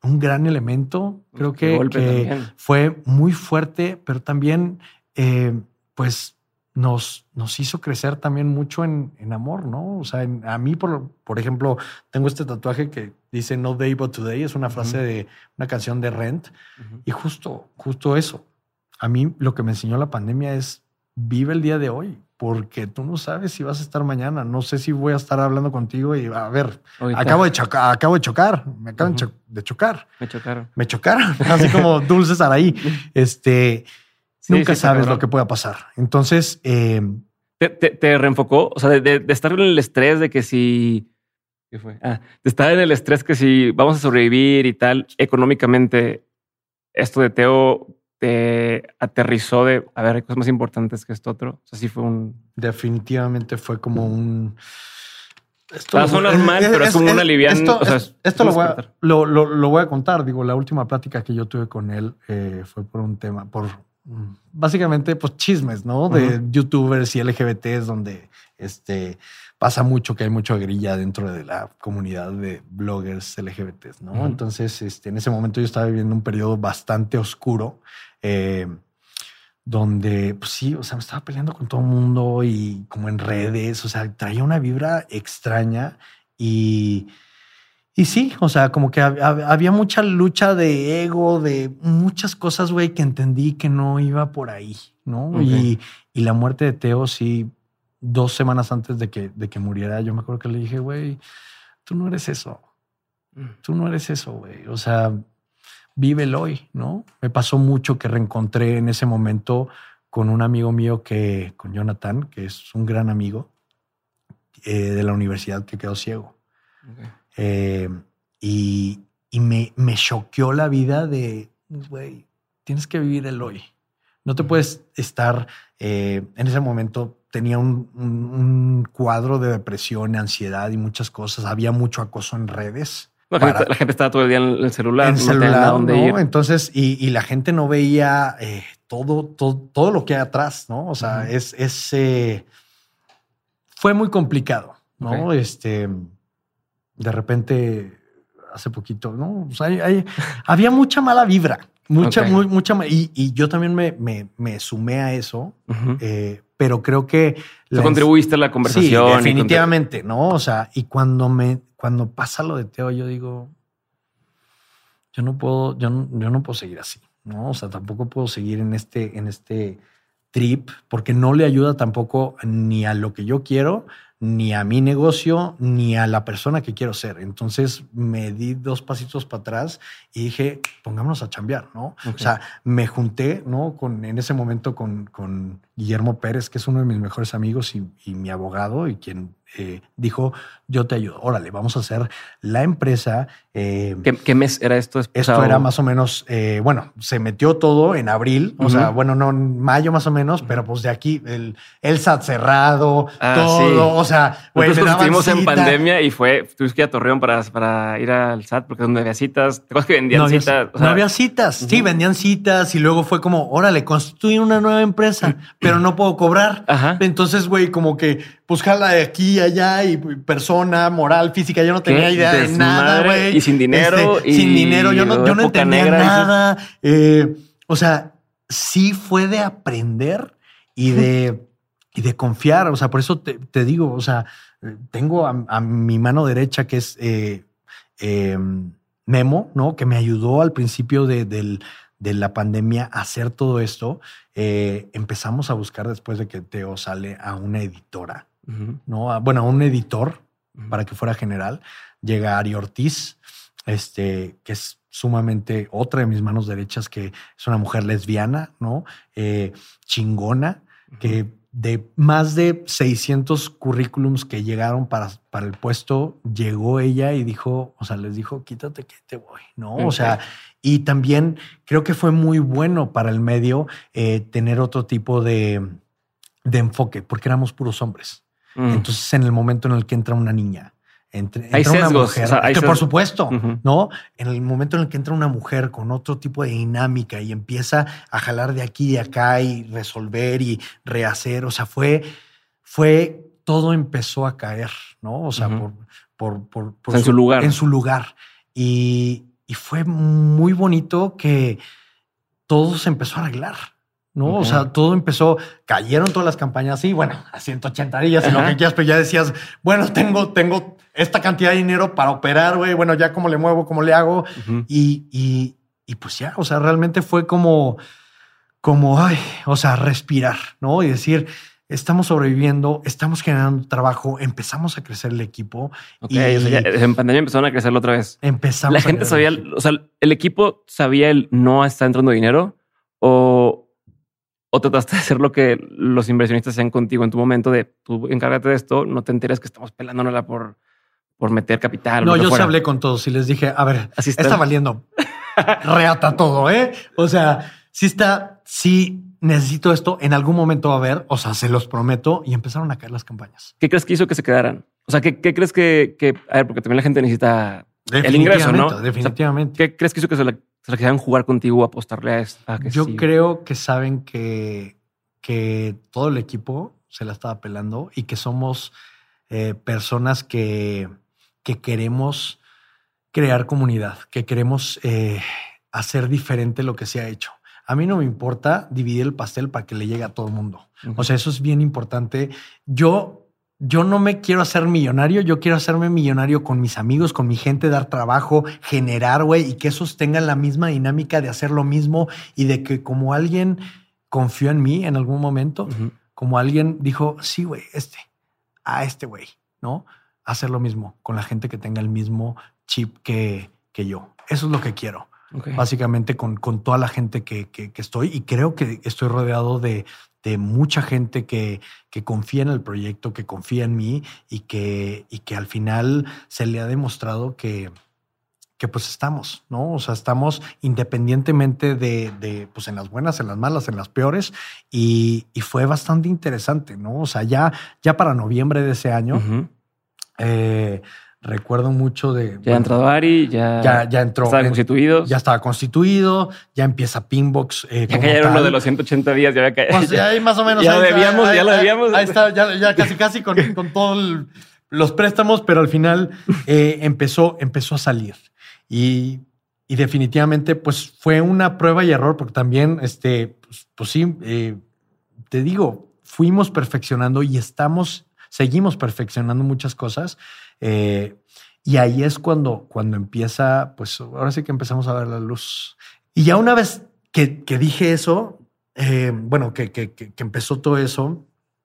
un gran elemento. Creo que, que fue muy fuerte, pero también eh, pues nos, nos hizo crecer también mucho en, en amor, ¿no? O sea, en, a mí, por, por ejemplo, tengo este tatuaje que dice No Day But Today. Es una frase uh-huh. de una canción de Rent. Uh-huh. Y justo, justo eso. A mí lo que me enseñó la pandemia es vive el día de hoy, porque tú no sabes si vas a estar mañana. No sé si voy a estar hablando contigo y a ver, Ahorita. acabo de chocar, acabo de chocar, me acaban uh-huh. de chocar. Me chocaron. Me chocaron, así como Dulce Saraí. Este, sí, nunca sí, sabes lo que pueda pasar. Entonces, eh, ¿Te, te, te reenfocó? O sea, de, de, de estar en el estrés de que si... ¿Qué fue? Ah, de estar en el estrés que si vamos a sobrevivir y tal, económicamente, esto de Teo... te aterrizó de, a ver, hay cosas más importantes que esto otro. O sea, sí fue un... Definitivamente fue como un... Esto va a sonar mal, pero es, es como una liviana... Esto, o sea, es, esto lo, voy a, lo, lo, lo voy a contar. Digo, la última plática que yo tuve con él eh, fue por un tema, por básicamente pues chismes, ¿no? De uh-huh. youtubers y L G B Ts, donde este, pasa mucho que hay mucha grilla dentro de la comunidad de bloggers L G B Ts, ¿no? Uh-huh. Entonces, este, en ese momento yo estaba viviendo un periodo bastante oscuro, eh, donde, pues sí, o sea, me estaba peleando con todo el mundo y como en redes, o sea, traía una vibra extraña y, y sí, o sea, como que había mucha lucha de ego, de muchas cosas, güey, que entendí que no iba por ahí, ¿no? Okay. Y, y la muerte de Teo, sí, dos semanas antes de que, de que muriera, yo me acuerdo que le dije, güey, tú no eres eso. Tú no eres eso, güey. O sea, vive el hoy, ¿no? Me pasó mucho que reencontré en ese momento con un amigo mío que, con Jonathan, que es un gran amigo eh, de la universidad que quedó ciego. Okay. Eh, y, y me, me choqueó la vida de, güey, tienes que vivir el hoy. No te puedes estar, eh, en ese momento tenía un, un, un cuadro de depresión, ansiedad y muchas cosas. Había mucho acoso en redes. La, para, gente, la gente estaba todo el día en el celular. En el no celular, dónde ¿no? ir. Entonces, y, y la gente no veía eh, todo, todo, todo lo que hay atrás, ¿no? O sea, uh-huh. es, es eh, fue muy complicado, ¿no? Okay. Este, de repente, hace poquito, ¿no? O sea, hay, hay, había mucha mala vibra, mucha, okay. muy, mucha, y, y yo también me, me, me sumé a eso, uh-huh. eh, pero creo que... Tú contribuiste a la conversación. Sí, definitivamente, ¿no? O sea, y cuando me... Cuando pasa lo de Teo, yo digo, yo no puedo, yo no, yo no puedo seguir así, ¿no? O sea, tampoco puedo seguir en este, en este trip, porque no le ayuda tampoco ni a lo que yo quiero, ni a mi negocio, ni a la persona que quiero ser. Entonces me di dos pasitos para atrás y dije, pongámonos a chambear, ¿no? Okay. O sea, me junté, ¿no? Con, en ese momento con, con Guillermo Pérez, que es uno de mis mejores amigos y, y mi abogado, y quien eh, dijo, yo te ayudo. Órale, vamos a hacer la empresa. Eh, ¿Qué, ¿Qué mes era esto? Esto era más o menos, eh, bueno, se metió todo en abril, uh-huh. o sea, bueno, no en mayo más o menos, uh-huh. pero pues de aquí el, el S A T cerrado, ah, todo, sí. o sea, güey, nosotros estuvimos en pandemia y fue, tuvimos que ir a Torreón para, para ir al S A T porque donde había citas, ¿te acuerdas que vendían no citas? Había, o sea, no había citas, uh-huh. sí, vendían citas y luego fue como, órale, constituye una nueva empresa, pero no puedo cobrar. Ajá. Entonces, güey, como que, pues jala de aquí allá y persona, moral, física, yo no tenía idea de nada, güey. Y sin dinero. Este, y sin dinero, yo no, yo no entendía negra, nada. Eh, o sea, sí fue de aprender y de, y de confiar. O sea, por eso te, te digo, o sea, tengo a, a mi mano derecha que es eh, eh, Memo, ¿no? Que me ayudó al principio de, del, de la pandemia a hacer todo esto. Eh, empezamos a buscar después de que Teo sale a una editora. Uh-huh. ¿No? A, bueno, a un editor uh-huh. para que fuera general. Llega Ari Ortiz, este, que es sumamente otra de mis manos derechas, que es una mujer lesbiana, ¿no? Eh, chingona, uh-huh. que de más de seiscientos currículums que llegaron para, para el puesto, llegó ella y dijo, o sea, les dijo, quítate que te voy, ¿no? Okay. O sea, y también creo que fue muy bueno para el medio eh, tener otro tipo de, de enfoque, porque éramos puros hombres. Mm. Entonces, en el momento en el que entra una niña, entre, entra hay sesgos, una mujer, o sea, hay que sesgos. Por supuesto, uh-huh. ¿no? En el momento en el que entra una mujer con otro tipo de dinámica y empieza a jalar de aquí y de acá y resolver y rehacer, o sea, fue, fue, todo empezó a caer, ¿no? O sea, uh-huh. por, por, por, por o sea, su, en su lugar. En su lugar. Y, y fue muy bonito que todo se empezó a arreglar, ¿no? Okay. O sea, todo empezó, cayeron todas las campañas, sí, bueno, a ciento ochenta días y lo que quieras, pero ya decías, bueno, tengo, tengo esta cantidad de dinero para operar, güey, bueno, ya cómo le muevo, cómo le hago. Uh-huh. Y, y, y pues ya, o sea, realmente fue como, como, ay, o sea, respirar, ¿no? Y decir, estamos sobreviviendo, estamos generando trabajo, empezamos a crecer el equipo. Okay, y o sea, ya en pandemia empezaron a crecerlo otra vez. Empezamos. La gente sabía, el o sea, el equipo sabía el no está entrando dinero o, o trataste de hacer lo que los inversionistas hacían contigo en tu momento de tú encárgate de esto, no te enteres que estamos pelándonosla por, por meter capital. No, o yo sí hablé con todos y les dije, a ver, así está, está valiendo reata todo, ¿eh? O sea, sí está, sí. Necesito esto, en algún momento va a haber, o sea, se los prometo, y empezaron a caer las campañas. ¿Qué crees que hizo que se quedaran? O sea, ¿qué, qué crees que, que, a ver, porque también la gente necesita el ingreso, ¿no? Definitivamente. O sea, ¿qué crees que hizo que se la, se la quisieran jugar contigo o apostarle a esto? A que Yo sí? creo que saben que, que todo el equipo se la estaba pelando y que somos eh, personas que, que queremos crear comunidad, que queremos eh, hacer diferente lo que se ha hecho. A mí no me importa dividir el pastel para que le llegue a todo el mundo. Uh-huh. O sea, eso es bien importante. Yo, yo no me quiero hacer millonario. Yo quiero hacerme millonario con mis amigos, con mi gente, dar trabajo, generar, güey, y que esos tengan la misma dinámica de hacer lo mismo y de que como alguien confió en mí en algún momento, uh-huh. como alguien dijo, sí, güey, este, a este güey, ¿no? Hacer lo mismo con la gente que tenga el mismo chip que, que yo. Eso es lo que quiero. Okay. Básicamente con, con toda la gente que, que, que estoy y creo que estoy rodeado de, de mucha gente que, que confía en el proyecto, que confía en mí y que, y que al final se le ha demostrado que, que pues estamos, ¿no? O sea, estamos independientemente de, de pues en las buenas, en las malas, en las peores y, y fue bastante interesante, ¿no? O sea, ya, ya para noviembre de ese año, uh-huh. eh, recuerdo mucho de... Ya bueno, ha entrado Ari, ya, ya, ya entró. Estaban constituidos. Ya estaba constituido, ya empieza Pinbox. Eh, ya cayeron lo de los ciento ochenta días, ya había caído. Pues ya ahí más o menos. Ya ahí, lo debíamos, ahí, ya ahí, lo debíamos. Ahí, ahí está, ya, ya casi casi con, con todos los préstamos, pero al final eh, empezó, empezó a salir. Y, y definitivamente pues fue una prueba y error, porque también, este, pues, pues sí, eh, te digo, fuimos perfeccionando y estamos, seguimos perfeccionando muchas cosas. Eh, Y ahí es cuando, cuando empieza, pues ahora sí que empezamos a ver la luz. Y ya una vez que, que dije eso, eh, bueno, que, que, que, que empezó todo eso,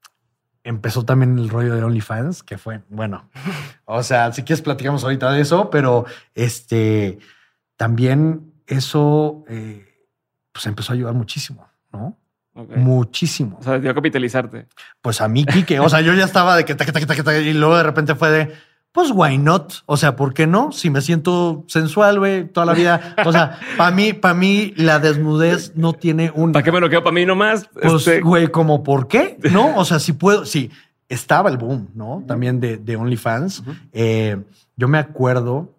empezó también el rollo de OnlyFans, que fue, bueno, o sea, si quieres platicamos ahorita de eso, pero este, también eso eh, pues empezó a ayudar muchísimo, ¿no? Okay. Muchísimo. O sea, dio a capitalizarte. Pues a mí, Quique, o sea, yo ya estaba de que taca, taca, taca, taca, y luego de repente fue de... Pues why not? O sea, ¿por qué no? Si me siento sensual, güey, toda la vida. O sea, para mí, para mí la desnudez no tiene un... ¿Para qué me lo quedo para mí nomás? Pues, este... güey, ¿como por qué? ¿No? O sea, si puedo... Sí, estaba el boom, ¿no? También de, de OnlyFans. Uh-huh. Eh, yo me acuerdo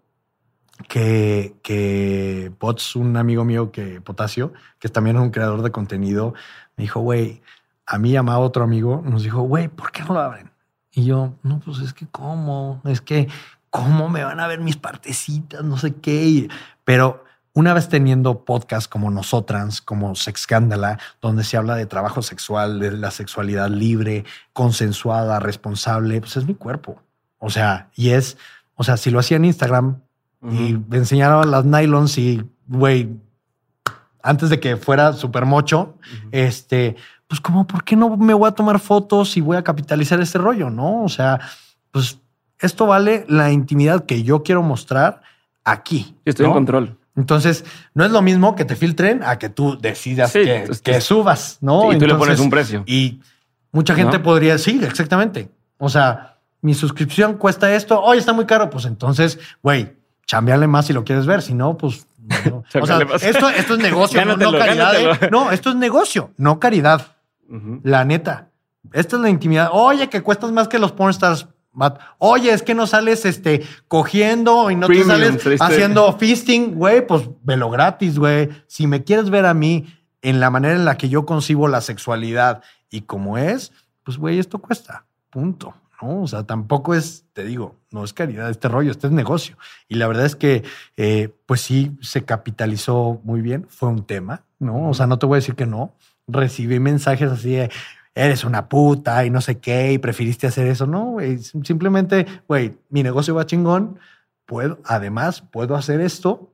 que, que Pots, un amigo mío, que Potasio, que también es un creador de contenido, me dijo, güey, a mí llamaba otro amigo, nos dijo, güey, ¿por qué no lo abren? Y yo, no, pues es que cómo, es que cómo me van a ver mis partecitas, no sé qué. Pero una vez teniendo podcasts como Nosotras, como Sexcándala, donde se habla de trabajo sexual, de la sexualidad libre, consensuada, responsable, pues es mi cuerpo. O sea, y es, o sea, si lo hacía en Instagram uh-huh. y me enseñaban las nylons y, güey, antes de que fuera súper mocho, uh-huh. este... pues como, ¿por qué no me voy a tomar fotos y voy a capitalizar este rollo? ¿No? O sea, pues esto vale la intimidad que yo quiero mostrar aquí. Estoy ¿no? en control. Entonces, no es lo mismo que te filtren a que tú decidas sí, que, es que, que subas, ¿no? Sí, y tú Entonces, le pones un precio. Y mucha gente ¿no? podría decir, exactamente. O sea, mi suscripción cuesta esto. Oye, está muy caro. Pues entonces, güey, chambeale más si lo quieres ver. Si no, pues... No. O sea, esto, esto es negocio, no, no caridad. ¿eh? No, esto es negocio, no caridad. Uh-huh. La neta. Esta es la intimidad. Oye, que cuestas más que los pornstars. Oye, es que no sales este, cogiendo y no Premium, te sales triste. haciendo fisting. Güey, pues velo gratis, güey. Si me quieres ver a mí en la manera en la que yo concibo la sexualidad y como es, pues, güey, esto cuesta. Punto. ¿no? O sea, tampoco es, te digo, no es caridad este rollo, este es negocio. Y la verdad es que, eh, pues sí, se capitalizó muy bien. Fue un tema, ¿no? O sea, no te voy a decir que no. Recibí mensajes así de, eres una puta y no sé qué, y preferiste hacer eso. No, güey, simplemente, güey, mi negocio va chingón. Puedo, además, puedo hacer esto.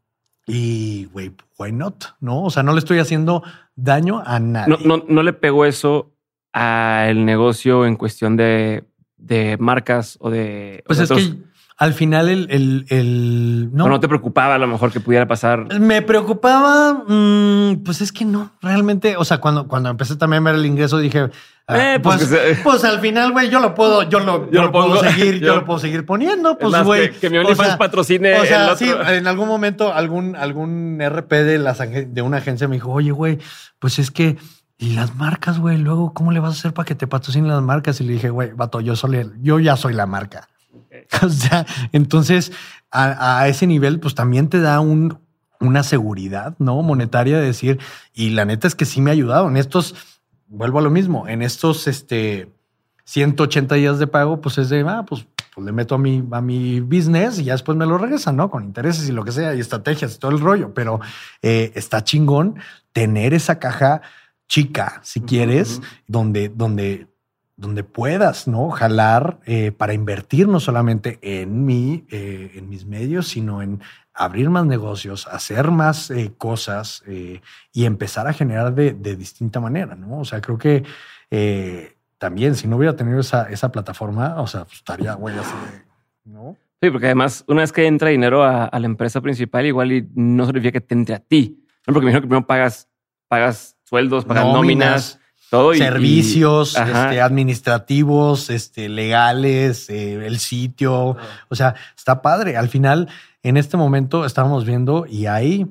Y, güey, why not? ¿No? O sea, no le estoy haciendo daño a nadie. No, no, no le pegó eso al negocio en cuestión de, de marcas o de... Pues o de es otros... que al final el... el, el no. ¿O no te preocupaba a lo mejor que pudiera pasar? Me preocupaba, mmm, pues es que no, realmente. O sea, cuando, cuando empecé también a ver el ingreso dije... Ah, Eh, pues, pues, que pues al final, güey, yo lo puedo, yo lo, yo yo lo lo pongo, puedo seguir, yo, yo, lo puedo seguir poniendo. Pues, más, güey. Que, que mi OnlyFans o sea, patrocine o sea, el otro. Sí, en algún momento algún, algún R P de, las, de una agencia me dijo, oye, güey, pues es que, y las marcas, güey, luego, ¿cómo le vas a hacer para que te patrocinen las marcas? Y le dije, güey, vato, yo, soy, yo ya soy la marca. Okay. O sea, entonces, a, a ese nivel, pues también te da un, una seguridad, ¿no? Monetaria de decir, y la neta es que sí me ha ayudado en estos... Vuelvo a lo mismo. En estos este, ciento ochenta días de pago, pues es de, ah, pues, pues le meto a mi, a mi business y ya después me lo regresan, ¿no? Con intereses y lo que sea, y estrategias y todo el rollo. Pero eh, está chingón tener esa caja chica, si uh-huh, quieres, uh-huh. donde, donde, donde puedas, ¿no? Jalar eh, para invertir no solamente en mí, eh, en mis medios, sino en abrir más negocios, hacer más eh, cosas eh, y empezar a generar de, de distinta manera, ¿no? O sea, creo que eh, también si no hubiera tenido esa, esa plataforma, o sea, pues estaría, güey, así, ¿no? Sí, porque además una vez que entra dinero a, a la empresa principal, igual y no significa que te entre a ti. No, porque me imagino que primero pagas, pagas sueldos, pagas nóminas, nóminas todo. Servicios y, y, este, administrativos, este, legales, eh, el sitio. Ah. O sea, está padre. Al final... En este momento estábamos viendo y hay,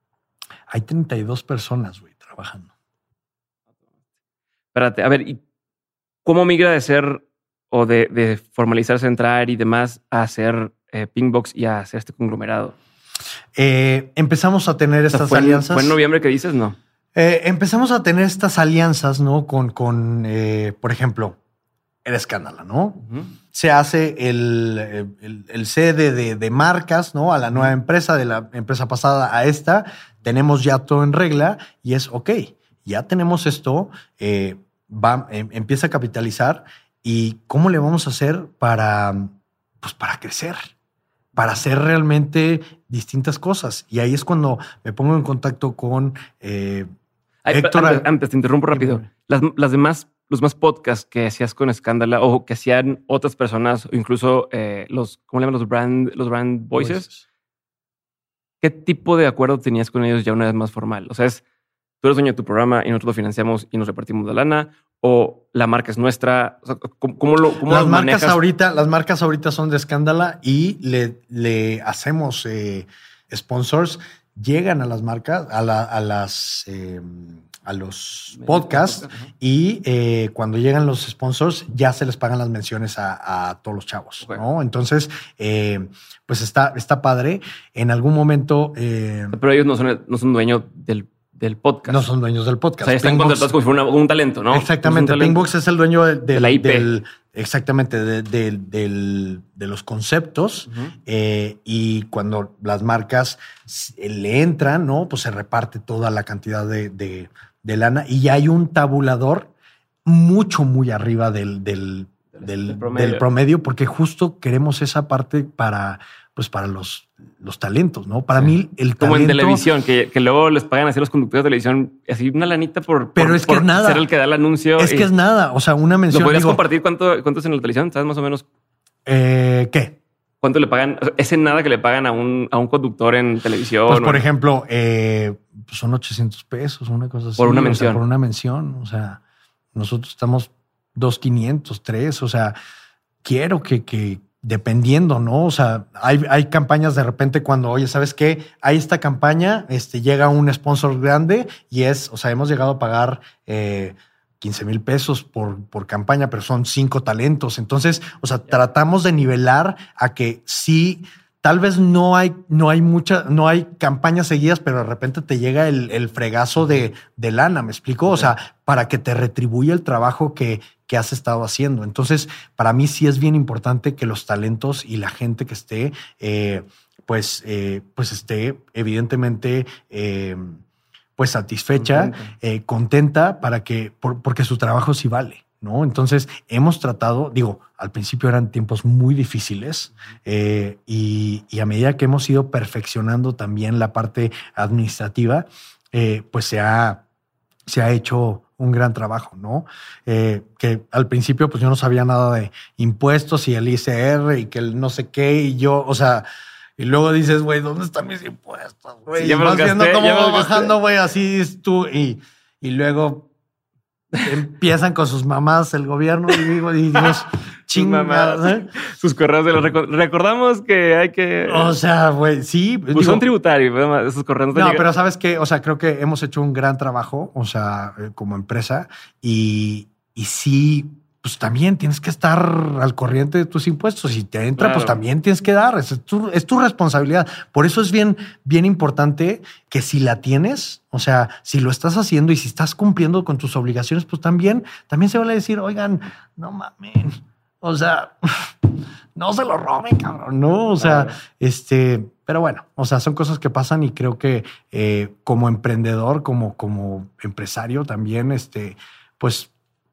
hay treinta y dos personas, güey, trabajando. Espérate, a ver, ¿y cómo migra de ser o de, de formalizarse, entrar y demás a hacer eh, Pinkbox y a hacer este conglomerado? Eh, empezamos a tener estas o sea, ¿fue alianzas. En, ¿Fue en noviembre que dices? No. Eh, empezamos a tener estas alianzas, ¿no? Con, con eh, por ejemplo, el escándalo, ¿no? Uh-huh. Se hace el, el, el sede de, de marcas, ¿no? A la nueva empresa, de la empresa pasada a esta. Tenemos ya todo en regla y es, ok, ya tenemos esto, eh, va, eh, empieza a capitalizar y ¿cómo le vamos a hacer para, pues para crecer? Para hacer realmente distintas cosas. Y ahí es cuando me pongo en contacto con eh, Ay, Héctor. Antes, antes, te interrumpo rápido. Las, las demás... Los más podcasts que hacías con Escándala o que hacían otras personas o incluso eh, los, ¿cómo le llaman? Los brand, los brand voices. voices. ¿Qué tipo de acuerdo tenías con ellos ya una vez más formal? O sea, es tú eres dueño de tu programa y nosotros lo financiamos y nos repartimos la lana, o la marca es nuestra. O sea, ¿cómo, cómo lo cómo las los marcas manejas? ahorita, las marcas ahorita son de Escándala y le, le hacemos eh, sponsors. Llegan a las marcas, a, la, a las eh, a los podcasts podcast, y eh, cuando llegan los sponsors ya se les pagan las menciones a, a todos los chavos, okay. ¿no? Entonces, eh, pues está, está padre. En algún momento... Eh, Pero ellos no son, no son dueños del, del podcast. No son dueños del podcast. O sea, están Pinkbox, contratados como si fuera un talento, ¿no? Exactamente. Pinkbox es el dueño de, de, de la I P. Del, exactamente, de, de, de, de los conceptos. Uh-huh. eh, y cuando las marcas le entran, ¿no? Pues se reparte toda la cantidad de... de de lana y ya hay un tabulador mucho, muy arriba del, del, del, del, promedio. del promedio, porque justo queremos esa parte para, pues para los, los talentos, ¿no? Para sí. mí el Como talento... en televisión, que, que luego les pagan así los conductores de televisión, así una lanita por, Pero por, es que por es nada. ser el que da el anuncio. Es y... que es nada, o sea, una mención... ¿Lo podrías digo, compartir cuánto, cuánto es en la televisión? ¿Sabes más o menos? Eh, ¿Qué? ¿Cuánto le pagan? O sea, ese nada que le pagan a un, a un conductor en televisión. Pues, por ejemplo, eh, pues son ochocientos pesos, una cosa así. Por una mención. O sea, por una mención. O sea, nosotros estamos dos quinientos, tres. O sea, quiero que, que dependiendo, ¿no? O sea, hay, hay campañas de repente cuando, oye, ¿sabes qué? Hay esta campaña, este, llega un sponsor grande y es, o sea, hemos llegado a pagar... Eh, quince mil pesos por, por campaña, pero son cinco talentos. Entonces, o sea, tratamos de nivelar a que sí tal vez no hay, no hay mucha, no hay campañas seguidas, pero de repente te llega el, el fregazo de, de lana, ¿me explico? O sea, para que te retribuya el trabajo que, que has estado haciendo. Entonces, para mí sí es bien importante que los talentos y la gente que esté, eh, pues, eh, pues esté evidentemente eh, pues satisfecha, contenta, eh, contenta para que, por, porque su trabajo sí vale, ¿no? Entonces hemos tratado, digo, al principio eran tiempos muy difíciles eh, y, y a medida que hemos ido perfeccionando también la parte administrativa, eh, pues se ha, se ha hecho un gran trabajo, ¿no? Eh, que al principio pues yo no sabía nada de impuestos y el I C R y que el no sé qué y yo, o sea, y luego dices, güey, ¿dónde están mis impuestos, güey? Sí, y vas gasté, viendo cómo va bajando, güey, así es tú y, y luego empiezan con sus mamás el gobierno y digo, y Dios, chingadas, ¿eh? Sus correos de los record- recordamos que hay que... O sea, güey, sí. Pues digo, son tributarios, esos correos. No, no pero ¿sabes qué? O sea, creo que hemos hecho un gran trabajo, o sea, eh, como empresa y, y sí, pues también tienes que estar al corriente de tus impuestos. Si te entra, claro, pues también tienes que dar. Es tu, es tu responsabilidad. Por eso es bien, bien importante que si la tienes, o sea, si lo estás haciendo y si estás cumpliendo con tus obligaciones, pues también, también se vale decir, oigan, no mamen. O sea, no se lo roben, cabrón. No, o sea, claro, este, pero bueno, o sea, son cosas que pasan y creo que eh, como emprendedor, como, como empresario también, este, pues,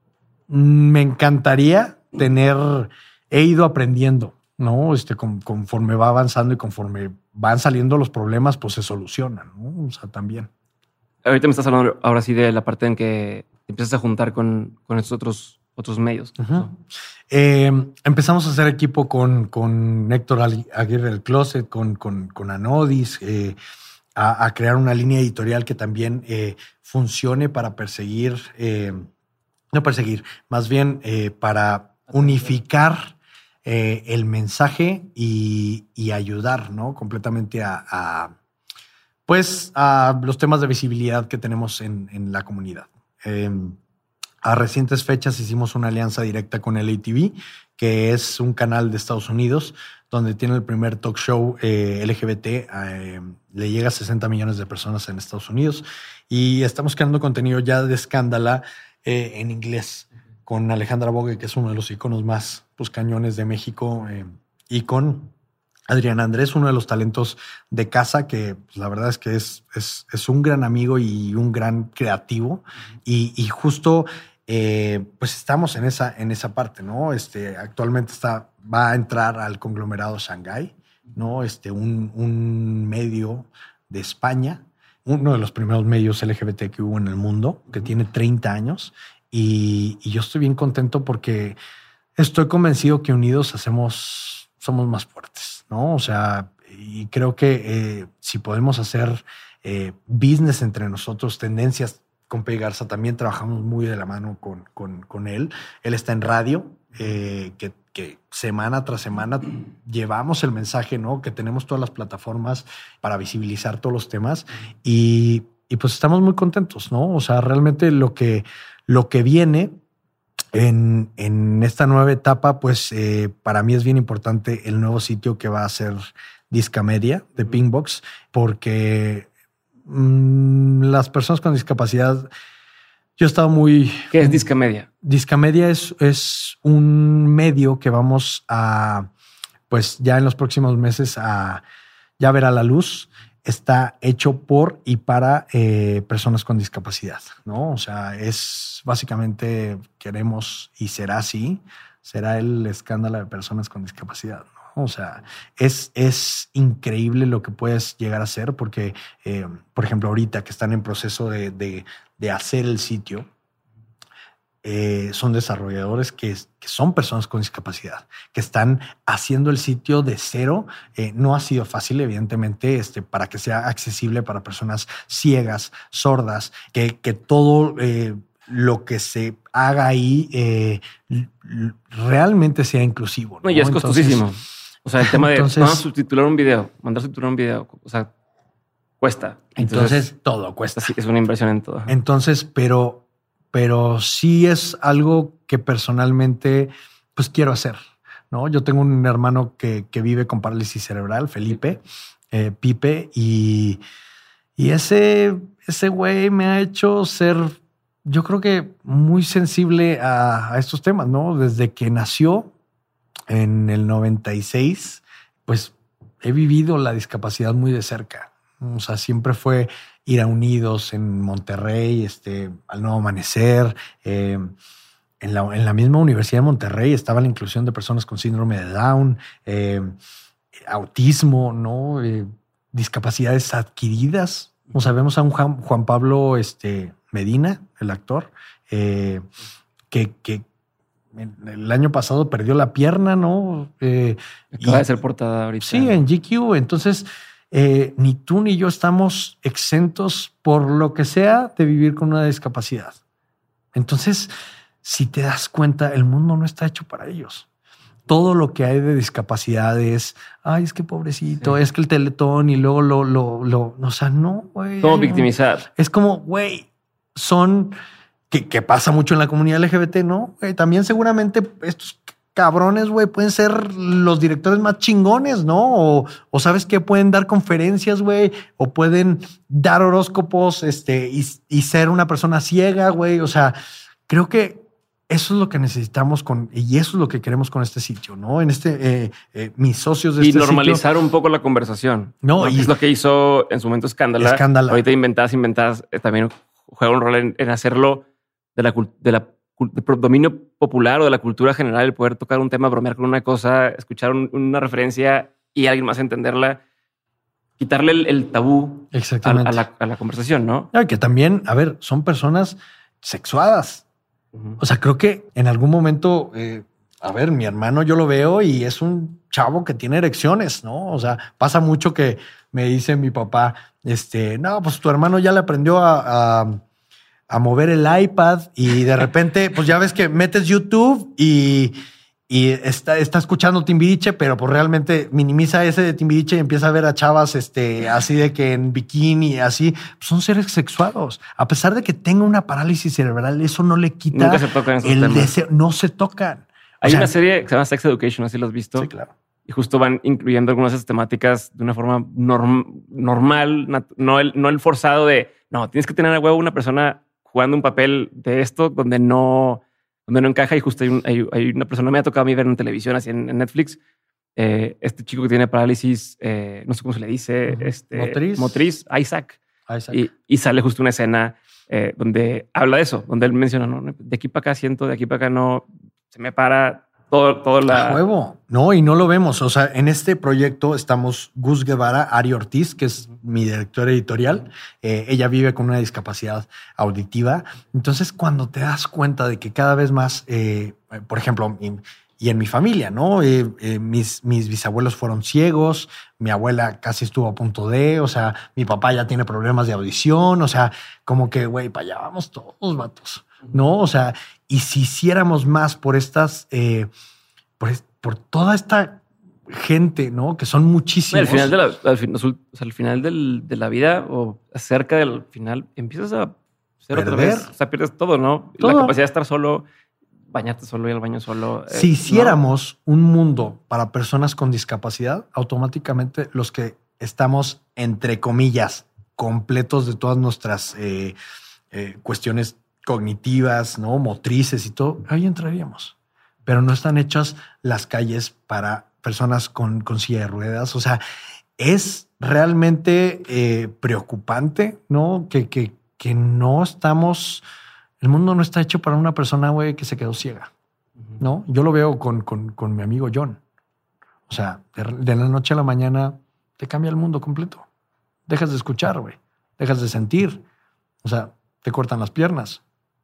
me encantaría tener, he ido aprendiendo, ¿no? Este, con, conforme va avanzando y conforme van saliendo los problemas, pues se solucionan, ¿no? O sea, también. Ahorita me estás hablando ahora sí de la parte en que empiezas a juntar con, con estos otros, otros medios. Uh-huh. ¿No? Eh, empezamos a hacer equipo con, con Héctor Aguirre del Closet, con, con, con Anodis, eh, a, a crear una línea editorial que también eh, funcione para perseguir... Eh, No perseguir, más bien eh, para unificar eh, el mensaje y, y ayudar, ¿no? Completamente a, a, pues, a los temas de visibilidad que tenemos en, en la comunidad. Eh, a recientes fechas hicimos una alianza directa con L A T V, que es un canal de Estados Unidos donde tiene el primer talk show eh, L G B T. Eh, le llega a sesenta millones de personas en Estados Unidos y estamos creando contenido ya de escándala Eh, en inglés con Alejandra Bogue, que es uno de los iconos más pues, cañones de México, eh, y con Adrián Andrés, uno de los talentos de casa, que pues, la verdad es que es, es, es un gran amigo y un gran creativo. Y, y justo eh, pues estamos en esa, en esa parte, ¿no? Este, actualmente está, va a entrar al conglomerado Shanghai, ¿no? Este, un, un medio de España, uno de los primeros medios L G B T que hubo en el mundo, que tiene treinta años. Y, y yo estoy bien contento porque estoy convencido que unidos hacemos, somos más fuertes, ¿no? O sea, y creo que eh, si podemos hacer eh, business entre nosotros, tendencias con Pei Garza, también trabajamos muy de la mano con, con, con él. Él está en radio, eh, que que semana tras semana llevamos el mensaje, ¿no? Que tenemos todas las plataformas para visibilizar todos los temas y, y pues estamos muy contentos, ¿no? O sea, realmente lo que, lo que viene en, en esta nueva etapa, pues eh, para mí es bien importante el nuevo sitio que va a ser Discamedia de Pinkbox, porque mmm, las personas con discapacidad... Yo he estado muy... ¿Qué es Discamedia? Discamedia es, es un medio que vamos a, pues ya en los próximos meses a ya ver a la luz. Está hecho por y para eh, personas con discapacidad, ¿no? O sea, es básicamente queremos y será así, será el escándalo de personas con discapacidad, ¿no? O sea, es, es increíble lo que puedes llegar a hacer porque, eh, por ejemplo, ahorita que están en proceso de, de, de hacer el sitio, eh, son desarrolladores que, que son personas con discapacidad, que están haciendo el sitio de cero. Eh, no ha sido fácil, evidentemente, este, para que sea accesible para personas ciegas, sordas, que, que todo... Eh, lo que se haga ahí eh, realmente sea inclusivo, ¿no? No, y es costosísimo. Entonces, o sea, el tema entonces, de vamos a subtitular un video, mandar subtitular un video, o sea, cuesta. Entonces, entonces todo cuesta. Es una inversión en todo. Entonces, pero, pero sí es algo que personalmente pues quiero hacer, ¿no? Yo tengo un hermano que, que vive con parálisis cerebral, Felipe, eh, Pipe, y, y ese, ese güey me ha hecho ser, yo creo que muy sensible a, a estos temas, ¿no? Desde que nació en el noventa y seis, pues he vivido la discapacidad muy de cerca. O sea, siempre fue ir a Unidos en Monterrey, este, al Nuevo Amanecer. Eh, en, la, en la misma Universidad de Monterrey estaba la inclusión de personas con síndrome de Down, eh, autismo, ¿no? Eh, discapacidades adquiridas. O sea, vemos a un Juan, Juan Pablo este, Medina, el actor, eh, que, que el año pasado perdió la pierna, ¿no? Eh, Acaba y, de ser portada ahorita. Sí, en G Q. Entonces, eh, ni tú ni yo estamos exentos por lo que sea de vivir con una discapacidad. Entonces, si te das cuenta, el mundo no está hecho para ellos. Todo lo que hay de discapacidad es, ay, es que pobrecito, sí. Es que el Teletón y luego lo, lo, lo, o sea, no, güey. ¿Cómo victimizar? Es como, güey, son... Que, que pasa mucho en la comunidad L G B T, ¿no? Eh, también seguramente estos cabrones, güey, pueden ser los directores más chingones, ¿no? O, o sabes que pueden dar conferencias, güey, o pueden dar horóscopos, este, y, y ser una persona ciega, güey. O sea, creo que eso es lo que necesitamos con, y eso es lo que queremos con este sitio, ¿no? En este, eh, eh, mis socios de y este normalizar sitio, un poco la conversación. No, ¿no? y es lo que hizo en su momento Escándala. Escándala. Ahorita inventadas, inventadas, eh, también juega un rol en, en hacerlo de la, de la del dominio popular o de la cultura general, el poder tocar un tema, bromear con una cosa, escuchar un, una referencia y alguien más entenderla, quitarle el, el tabú Exactamente. A, a, la, a la conversación, ¿no? No, que también, a ver, son personas sexuadas. Uh-huh. O sea, creo que en algún momento, eh, a ver, mi hermano yo lo veo y es un chavo que tiene erecciones, ¿no? O sea, pasa mucho que me dice mi papá, este, no, pues tu hermano ya le aprendió a... a a mover el iPad y de repente, pues ya ves que metes YouTube y, y está, está escuchando Timbiriche, pero pues realmente minimiza ese de Timbiriche y empieza a ver a chavas este, así de que en bikini, así. Pues son seres sexuados. A pesar de que tenga una parálisis cerebral, eso no le quita Nunca se tocan esos el temas. deseo. No se tocan. Hay o sea, una serie que se llama Sex Education, ¿así lo has visto? Sí, claro. Y justo van incluyendo algunas de esas temáticas de una forma norm, normal, no el, no el forzado de, no, tienes que tener a huevo una persona jugando un papel de esto donde no, donde no encaja. Y justo hay, un, hay, hay una persona, me ha tocado a mí ver en televisión, así en, en Netflix, eh, este chico que tiene parálisis, eh, no sé cómo se le dice, uh-huh. este, motriz. motriz, Isaac. Isaac. Y, y sale justo una escena eh, donde habla de eso, donde él menciona, no, de aquí para acá siento, de aquí para acá no, se me para todo, todo la... A huevo. No, y no lo vemos. O sea, en este proyecto estamos Gus Guevara, Ari Ortiz, que es mi directora editorial. Eh, ella vive con una discapacidad auditiva. Entonces, cuando te das cuenta de que cada vez más, eh, por ejemplo, y, y en mi familia, ¿no? Eh, eh, mis, mis bisabuelos fueron ciegos, mi abuela casi estuvo a punto de, o sea, mi papá ya tiene problemas de audición, o sea, como que, güey, para allá vamos todos, vatos, ¿no? O sea, y si hiciéramos más por estas, eh, por, por toda esta gente, ¿no? Que son muchísimos. Al final de la, al, fin, o sea, al final del, de la vida o cerca del final empiezas a ser Perder. otra vez. O sea, pierdes todo, ¿no? Todo. La capacidad de estar solo, bañarte solo, ir al baño solo. Si eh, hiciéramos ¿no? un mundo para personas con discapacidad, automáticamente los que estamos, entre comillas, completos de todas nuestras eh, eh, cuestiones cognitivas, ¿no? Motrices y todo, ahí entraríamos. Pero no están hechas las calles para personas con, con silla de ruedas. O sea, es realmente eh, preocupante, ¿no? Que, que, que no estamos... El mundo no está hecho para una persona, güey, que se quedó ciega, ¿no? Yo lo veo con, con, con mi amigo John. O sea, de, de la noche a la mañana te cambia el mundo completo. Dejas de escuchar, güey. Dejas de sentir. O sea, te cortan las piernas.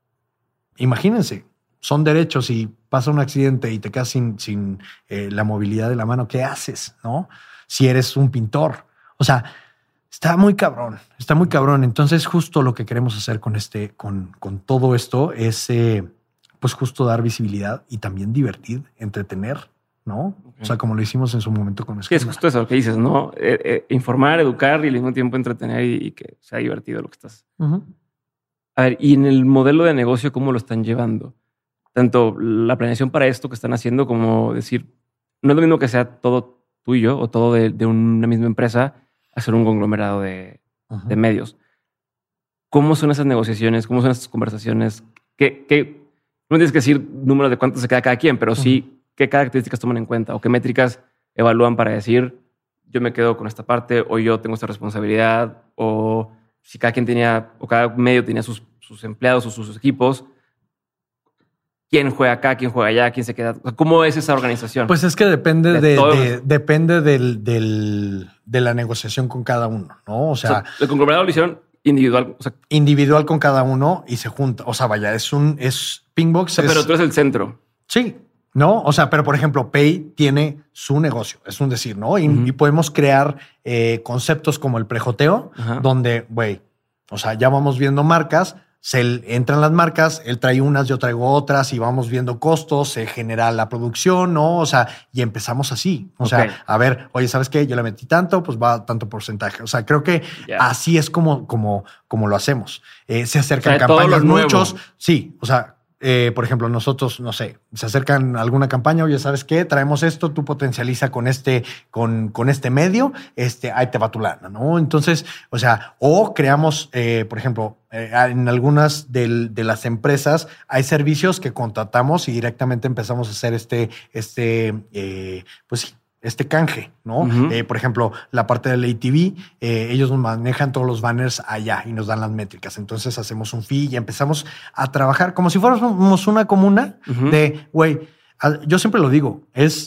Imagínense, son derechos y pasa un accidente y te quedas sin, sin eh, la movilidad de la mano. ¿Qué haces, no? Si eres un pintor. O sea, está muy cabrón, está muy cabrón. Entonces, justo lo que queremos hacer con este, con, con todo esto es, eh, pues, justo dar visibilidad y también divertir, entretener, ¿no? Okay. O sea, como lo hicimos en su momento con Escándala. Sí, es justo eso lo que dices, ¿no? Eh, eh, informar, educar y al mismo tiempo entretener y, y que sea divertido lo que estás. Uh-huh. A ver, y en el modelo de negocio, ¿cómo lo están llevando? Tanto la planeación para esto que están haciendo como decir, no es lo mismo que sea todo tuyo o todo de, de una misma empresa a ser un conglomerado de, uh-huh. de medios. ¿Cómo son esas negociaciones? ¿Cómo son esas conversaciones? ¿Qué, qué, no tienes que decir números de cuánto se queda cada quien, pero uh-huh. sí qué características toman en cuenta o qué métricas evalúan para decir yo me quedo con esta parte o yo tengo esta responsabilidad o si cada quien tenía o cada medio tenía sus, sus empleados o sus equipos. ¿Quién juega acá? ¿Quién juega allá? ¿Quién se queda? ¿Cómo es esa organización? Pues es que depende de, de, de depende del, del, de la negociación con cada uno, ¿no? O sea, o sea el conglomerado lo hicieron individual. O sea, individual con cada uno y se junta. O sea, vaya, es un es Pinkbox. O sea, es, pero tú eres el centro. Sí, no. O sea, pero por ejemplo, Pay tiene su negocio. Es un decir, ¿no? Y, uh-huh. y podemos crear eh, conceptos como el prejoteo, uh-huh. donde, güey, o sea, ya vamos viendo marcas. Se entran las marcas, él trae unas, yo traigo otras y vamos viendo costos, se genera la producción, ¿no? O sea, y empezamos así. O okay. sea, a ver, oye, ¿sabes qué? Yo le metí tanto, pues va tanto porcentaje. O sea, creo que yeah. así es como, como, como lo hacemos. Eh, se acercan o sea, campañas muchos. Sí, o sea, eh, por ejemplo, nosotros, no sé, se acercan a alguna campaña, oye, ¿sabes qué? Traemos esto, tú potencializa con este, con, con este medio, este, ahí te va tu lana, ¿no? Entonces, o sea, o creamos, eh, por ejemplo, eh, en algunas del, de las empresas hay servicios que contratamos y directamente empezamos a hacer este, este, eh, pues este canje, ¿no? Uh-huh. Eh, por ejemplo, la parte del A T V, eh, ellos nos manejan todos los banners allá y nos dan las métricas. Entonces hacemos un fee y empezamos a trabajar como si fuéramos una comuna uh-huh. de, güey, yo siempre lo digo, es,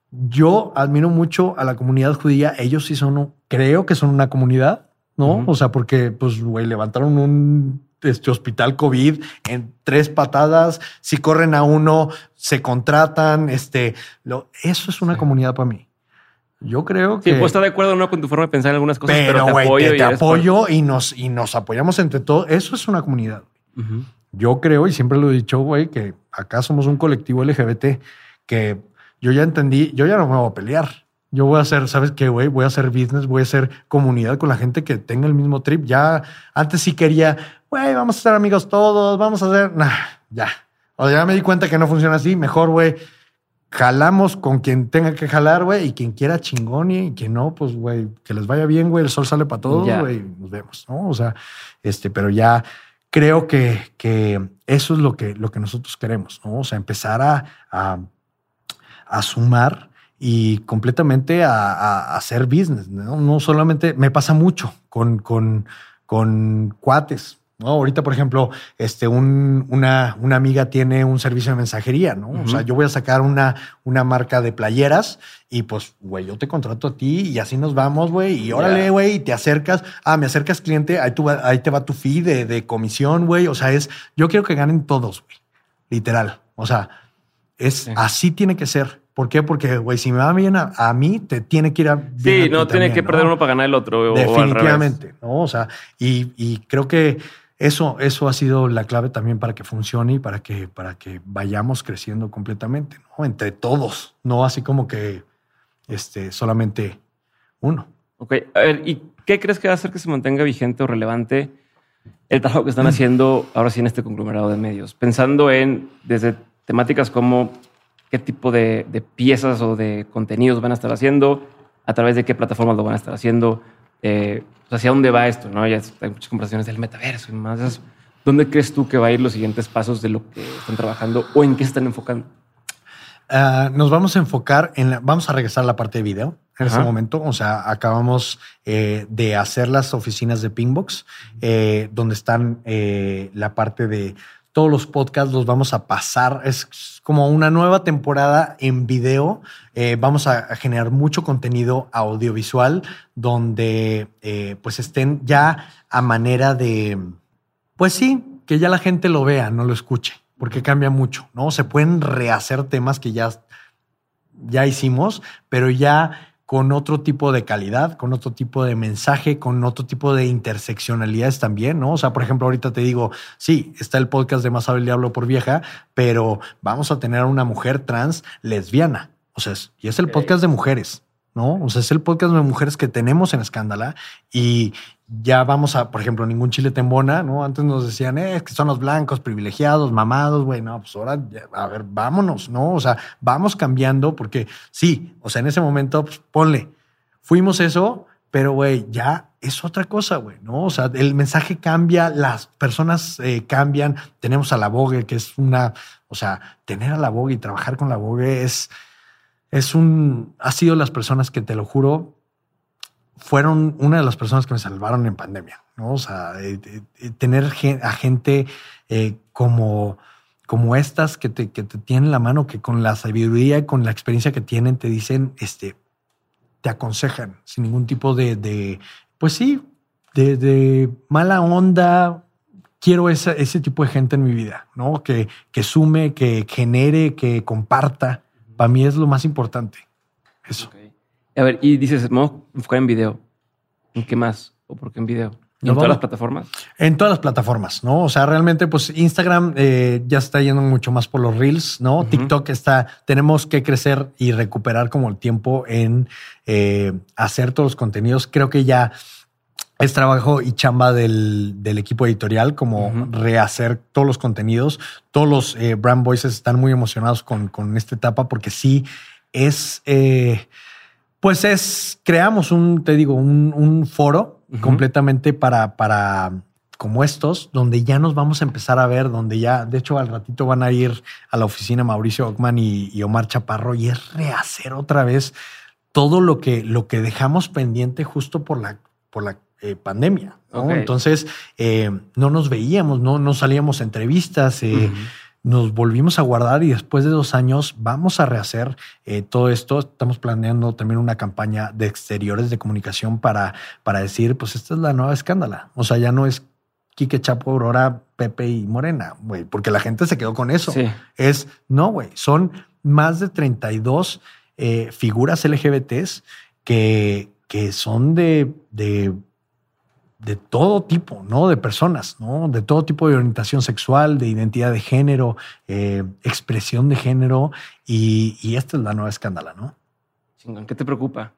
yo admiro mucho a la comunidad judía. Ellos sí son, creo que son una comunidad, ¿no? Uh-huh. O sea, porque, pues, güey, levantaron un este hospital COVID en tres patadas. Si corren a uno, se contratan. Este, lo, eso es una sí. comunidad para mí. Yo creo que... Sí, pues está de acuerdo no con tu forma de pensar en algunas cosas, pero, pero te wey, apoyo, te, y, te apoyo por... y, nos, y nos apoyamos entre todos. Eso es una comunidad. Uh-huh. Yo creo, y siempre lo he dicho, güey, que acá somos un colectivo L G B T que yo ya entendí, yo ya no me voy a pelear. Yo voy a hacer, ¿sabes qué, güey? Voy a hacer business, voy a hacer comunidad con la gente que tenga el mismo trip. Ya antes sí quería, güey, vamos a ser amigos todos, vamos a hacer... Nah, ya. O sea, ya me di cuenta que no funciona así. Mejor, güey, jalamos con quien tenga que jalar, güey, y quien quiera chingón y quien no, pues, güey, que les vaya bien, güey. El sol sale para todos, güey. Nos vemos, ¿no? O sea, este, pero ya creo que, que eso es lo que, lo que nosotros queremos, ¿no? O sea, empezar a, a, a sumar y completamente a, a, a hacer business, ¿no? No solamente, me pasa mucho con, con, con cuates, ¿no? Ahorita, por ejemplo, este, un, una, una amiga tiene un servicio de mensajería, ¿no? Uh-huh. O sea, yo voy a sacar una, una marca de playeras y pues, güey, yo te contrato a ti y así nos vamos, güey, y órale, güey, yeah. y te acercas, ah, me acercas cliente, ahí, tú, ahí te va tu fee de, de comisión, güey. O sea, es, yo quiero que ganen todos, güey, literal. O sea, es, sí. así tiene que ser. ¿Por qué? Porque, güey, si me va bien a, a mí, te tiene que ir a bien. Sí, a no tiene también, que ¿no? perder uno para ganar el otro. Definitivamente, o ¿no? O sea, y, y creo que eso, eso ha sido la clave también para que funcione y para que, para que vayamos creciendo completamente, ¿no? Entre todos, no así como que este, solamente uno. Ok, a ver, ¿y qué crees que va a hacer que se mantenga vigente o relevante el trabajo que están mm. haciendo ahora sí en este conglomerado de medios? Pensando en desde temáticas como qué tipo de, de piezas o de contenidos van a estar haciendo, a través de qué plataformas lo van a estar haciendo, eh, pues hacia dónde va esto, ¿no? Ya hay muchas conversaciones del metaverso y más. ¿Dónde crees tú que va a ir los siguientes pasos de lo que están trabajando o en qué se están enfocando? Uh, nos vamos a enfocar en la, vamos a regresar a la parte de video en Ajá. ese momento. O sea, acabamos eh, de hacer las oficinas de Pinkbox, eh, donde están eh, la parte de todos los podcasts los vamos a pasar. Es como una nueva temporada en video. Eh, vamos a, a generar mucho contenido audiovisual donde eh, pues estén ya a manera de, pues sí, que ya la gente lo vea, no lo escuche, porque cambia mucho, ¿no? Se pueden rehacer temas que ya, ya hicimos, pero ya con otro tipo de calidad, con otro tipo de mensaje, con otro tipo de interseccionalidades también, ¿no? O sea, por ejemplo, ahorita te digo, sí, está el podcast de Más sabe el diablo por vieja, pero vamos a tener a una mujer trans lesbiana. O sea, y es el okay. podcast de mujeres. ¿no? O sea, es el podcast de mujeres que tenemos en Escándala y ya vamos a, por ejemplo, ningún chile te embona, ¿no? Antes nos decían, eh, es que son los blancos, privilegiados, mamados, güey, no, pues ahora, ya, a ver, vámonos, ¿no? O sea, vamos cambiando porque sí, o sea, en ese momento, pues ponle, fuimos eso, pero güey, ya es otra cosa, güey, ¿no? O sea, el mensaje cambia, las personas eh, cambian, tenemos a la Vogue, que es una, o sea, tener a la Vogue y trabajar con la Vogue es, es un, ha sido las personas que te lo juro, fueron una de las personas que me salvaron en pandemia, ¿no? O sea, eh, eh, tener gen, a gente eh, como, como estas que te, que te tienen la mano, que con la sabiduría y con la experiencia que tienen te dicen, este, te aconsejan sin ningún tipo de, de pues sí, de, de mala onda. Quiero esa, ese tipo de gente en mi vida, ¿no? Que, que sume, que genere, que comparta. Para mí es lo más importante. Eso. Okay. A ver, y dices, vamos a enfocar en video. ¿En qué más? ¿O por qué en video? ¿En todas las plataformas? En todas las plataformas, ¿no? O sea, realmente, pues Instagram eh, ya está yendo mucho más por los Reels, ¿no? Uh-huh. TikTok está, tenemos que crecer y recuperar como el tiempo en eh, hacer todos los contenidos. Creo que ya es trabajo y chamba del, del equipo editorial, como uh-huh. rehacer todos los contenidos. Todos los eh, brand voices están muy emocionados con, con esta etapa porque sí es... Eh, Pues es, creamos un, te digo, un, un foro uh-huh. completamente para, para como estos, donde ya nos vamos a empezar a ver, donde ya, de hecho, al ratito van a ir a la oficina Mauricio Ockman y, y Omar Chaparro y es rehacer otra vez todo lo que, lo que dejamos pendiente justo por la, por la eh, pandemia, ¿no? Okay. Entonces, eh, no nos veíamos, no, no salíamos a entrevistas, eh, uh-huh. nos volvimos a guardar y después de dos años vamos a rehacer eh, todo esto. Estamos planeando también una campaña de exteriores de comunicación para, para decir, pues esta es la nueva Escándala. O sea, ya no es Quique, Chapo, Aurora, Pepe y Morena, güey, porque la gente se quedó con eso. Sí. Es, no, güey, son más de treinta y dos eh, figuras L G B Ts que, que son de... de de todo tipo, ¿no? De personas, ¿no? De todo tipo de orientación sexual, de identidad de género, eh, expresión de género. Y, y esta es la nueva Escándala, ¿no? Chingón. ¿Qué te preocupa?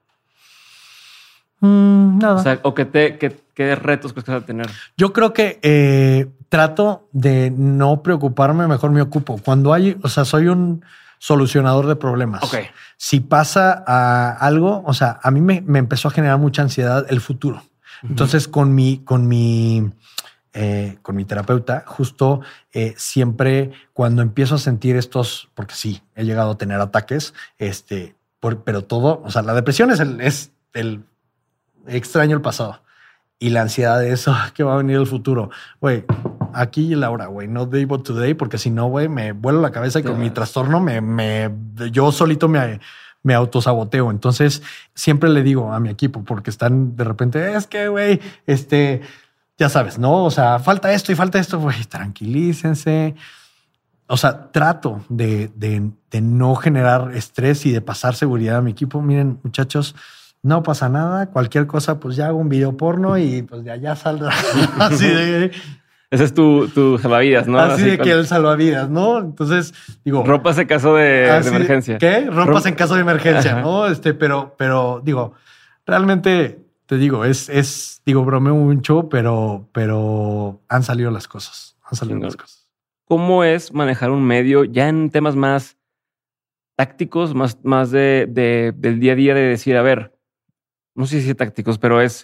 Mm, nada. O sea, ¿o qué, te, qué, qué retos crees que vas a tener? Yo creo que eh, trato de no preocuparme, mejor me ocupo. Cuando hay, o sea, soy un solucionador de problemas. Okay. Si pasa a algo, o sea, a mí me, me empezó a generar mucha ansiedad el futuro. Entonces, con mi, con mi, eh, con mi terapeuta, justo eh, siempre cuando empiezo a sentir estos, porque sí, he llegado a tener ataques, este, por, pero todo, o sea, la depresión es el, es el extraño el pasado y la ansiedad de eso que va a venir el futuro. Güey, aquí y Laura, güey, no day but today, porque si no, güey, me vuelo la cabeza y con sí, mi trastorno me, me, yo solito me me autosaboteo. Entonces siempre le digo a mi equipo, porque están de repente, es que, güey, este, ya sabes, ¿no? O sea, falta esto y falta esto, güey, tranquilícense. O sea, trato de, de, de no generar estrés y de pasar seguridad a mi equipo. Miren, muchachos, no pasa nada. Cualquier cosa, pues ya hago un video porno y pues de allá saldrá. Así de... Ese es tu, tu salvavidas, ¿no? Así, Así de con... que el salvavidas, ¿no? Entonces, digo... Ropas en caso de, de emergencia. ¿Qué? Ropas Romp... en caso de emergencia, Ajá. ¿no? Este, pero, pero, digo, realmente, te digo, es, es digo, bromeo mucho, pero, pero han salido las cosas. Han salido sí, las no. cosas. ¿Cómo es manejar un medio ya en temas más tácticos, más, más de, de, del día a día de decir, a ver, no sé si tácticos, pero es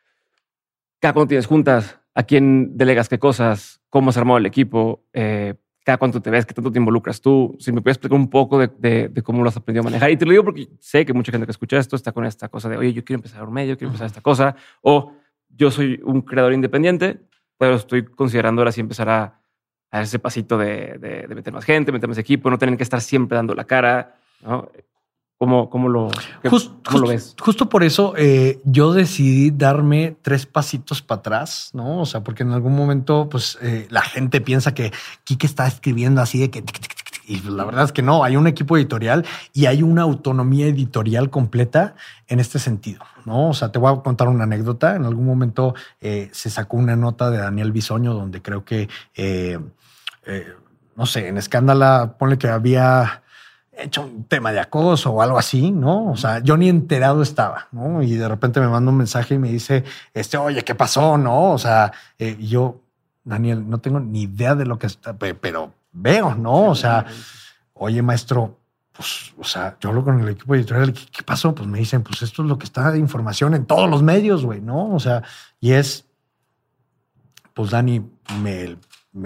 cada cuando tienes juntas, a quién delegas qué cosas, cómo has armado el equipo, eh, cada cuánto te ves, qué tanto te involucras tú. Si me puedes explicar un poco de, de, de cómo lo has aprendido a manejar. Y te lo digo porque sé que mucha gente que escucha esto está con esta cosa de, oye, yo quiero empezar un medio, quiero empezar esta cosa. O yo soy un creador independiente, pero estoy considerando ahora sí empezar a, a ese pasito de, de, de meter más gente, meter más equipo, no tener que estar siempre dando la cara, ¿no? ¿Cómo, cómo, lo, qué, just, ¿cómo just, lo ves? Justo por eso eh, yo decidí darme tres pasitos para atrás, ¿no? O sea, porque en algún momento pues eh, la gente piensa que Quique está escribiendo así de que... Tic, tic, tic, y la verdad es que no, hay un equipo editorial y hay una autonomía editorial completa en este sentido, ¿no? O sea, te voy a contar una anécdota. En algún momento eh, se sacó una nota de Daniel Bisoño donde creo que, eh, eh, no sé, en Escándala, ponle que había... hecho un tema de acoso o algo así, ¿no? O sea, yo ni enterado estaba, ¿no? Y de repente me manda un mensaje y me dice, este, oye, ¿qué pasó? ¿No? O sea, eh, yo, Daniel, no tengo ni idea de lo que está, pero veo, ¿no? O sea, oye, maestro, pues, o sea, yo hablo con el equipo editorial, ¿qué, qué pasó? Pues me dicen, pues esto es lo que está de información en todos los medios, güey, ¿no? O sea, y es, pues Dani, me,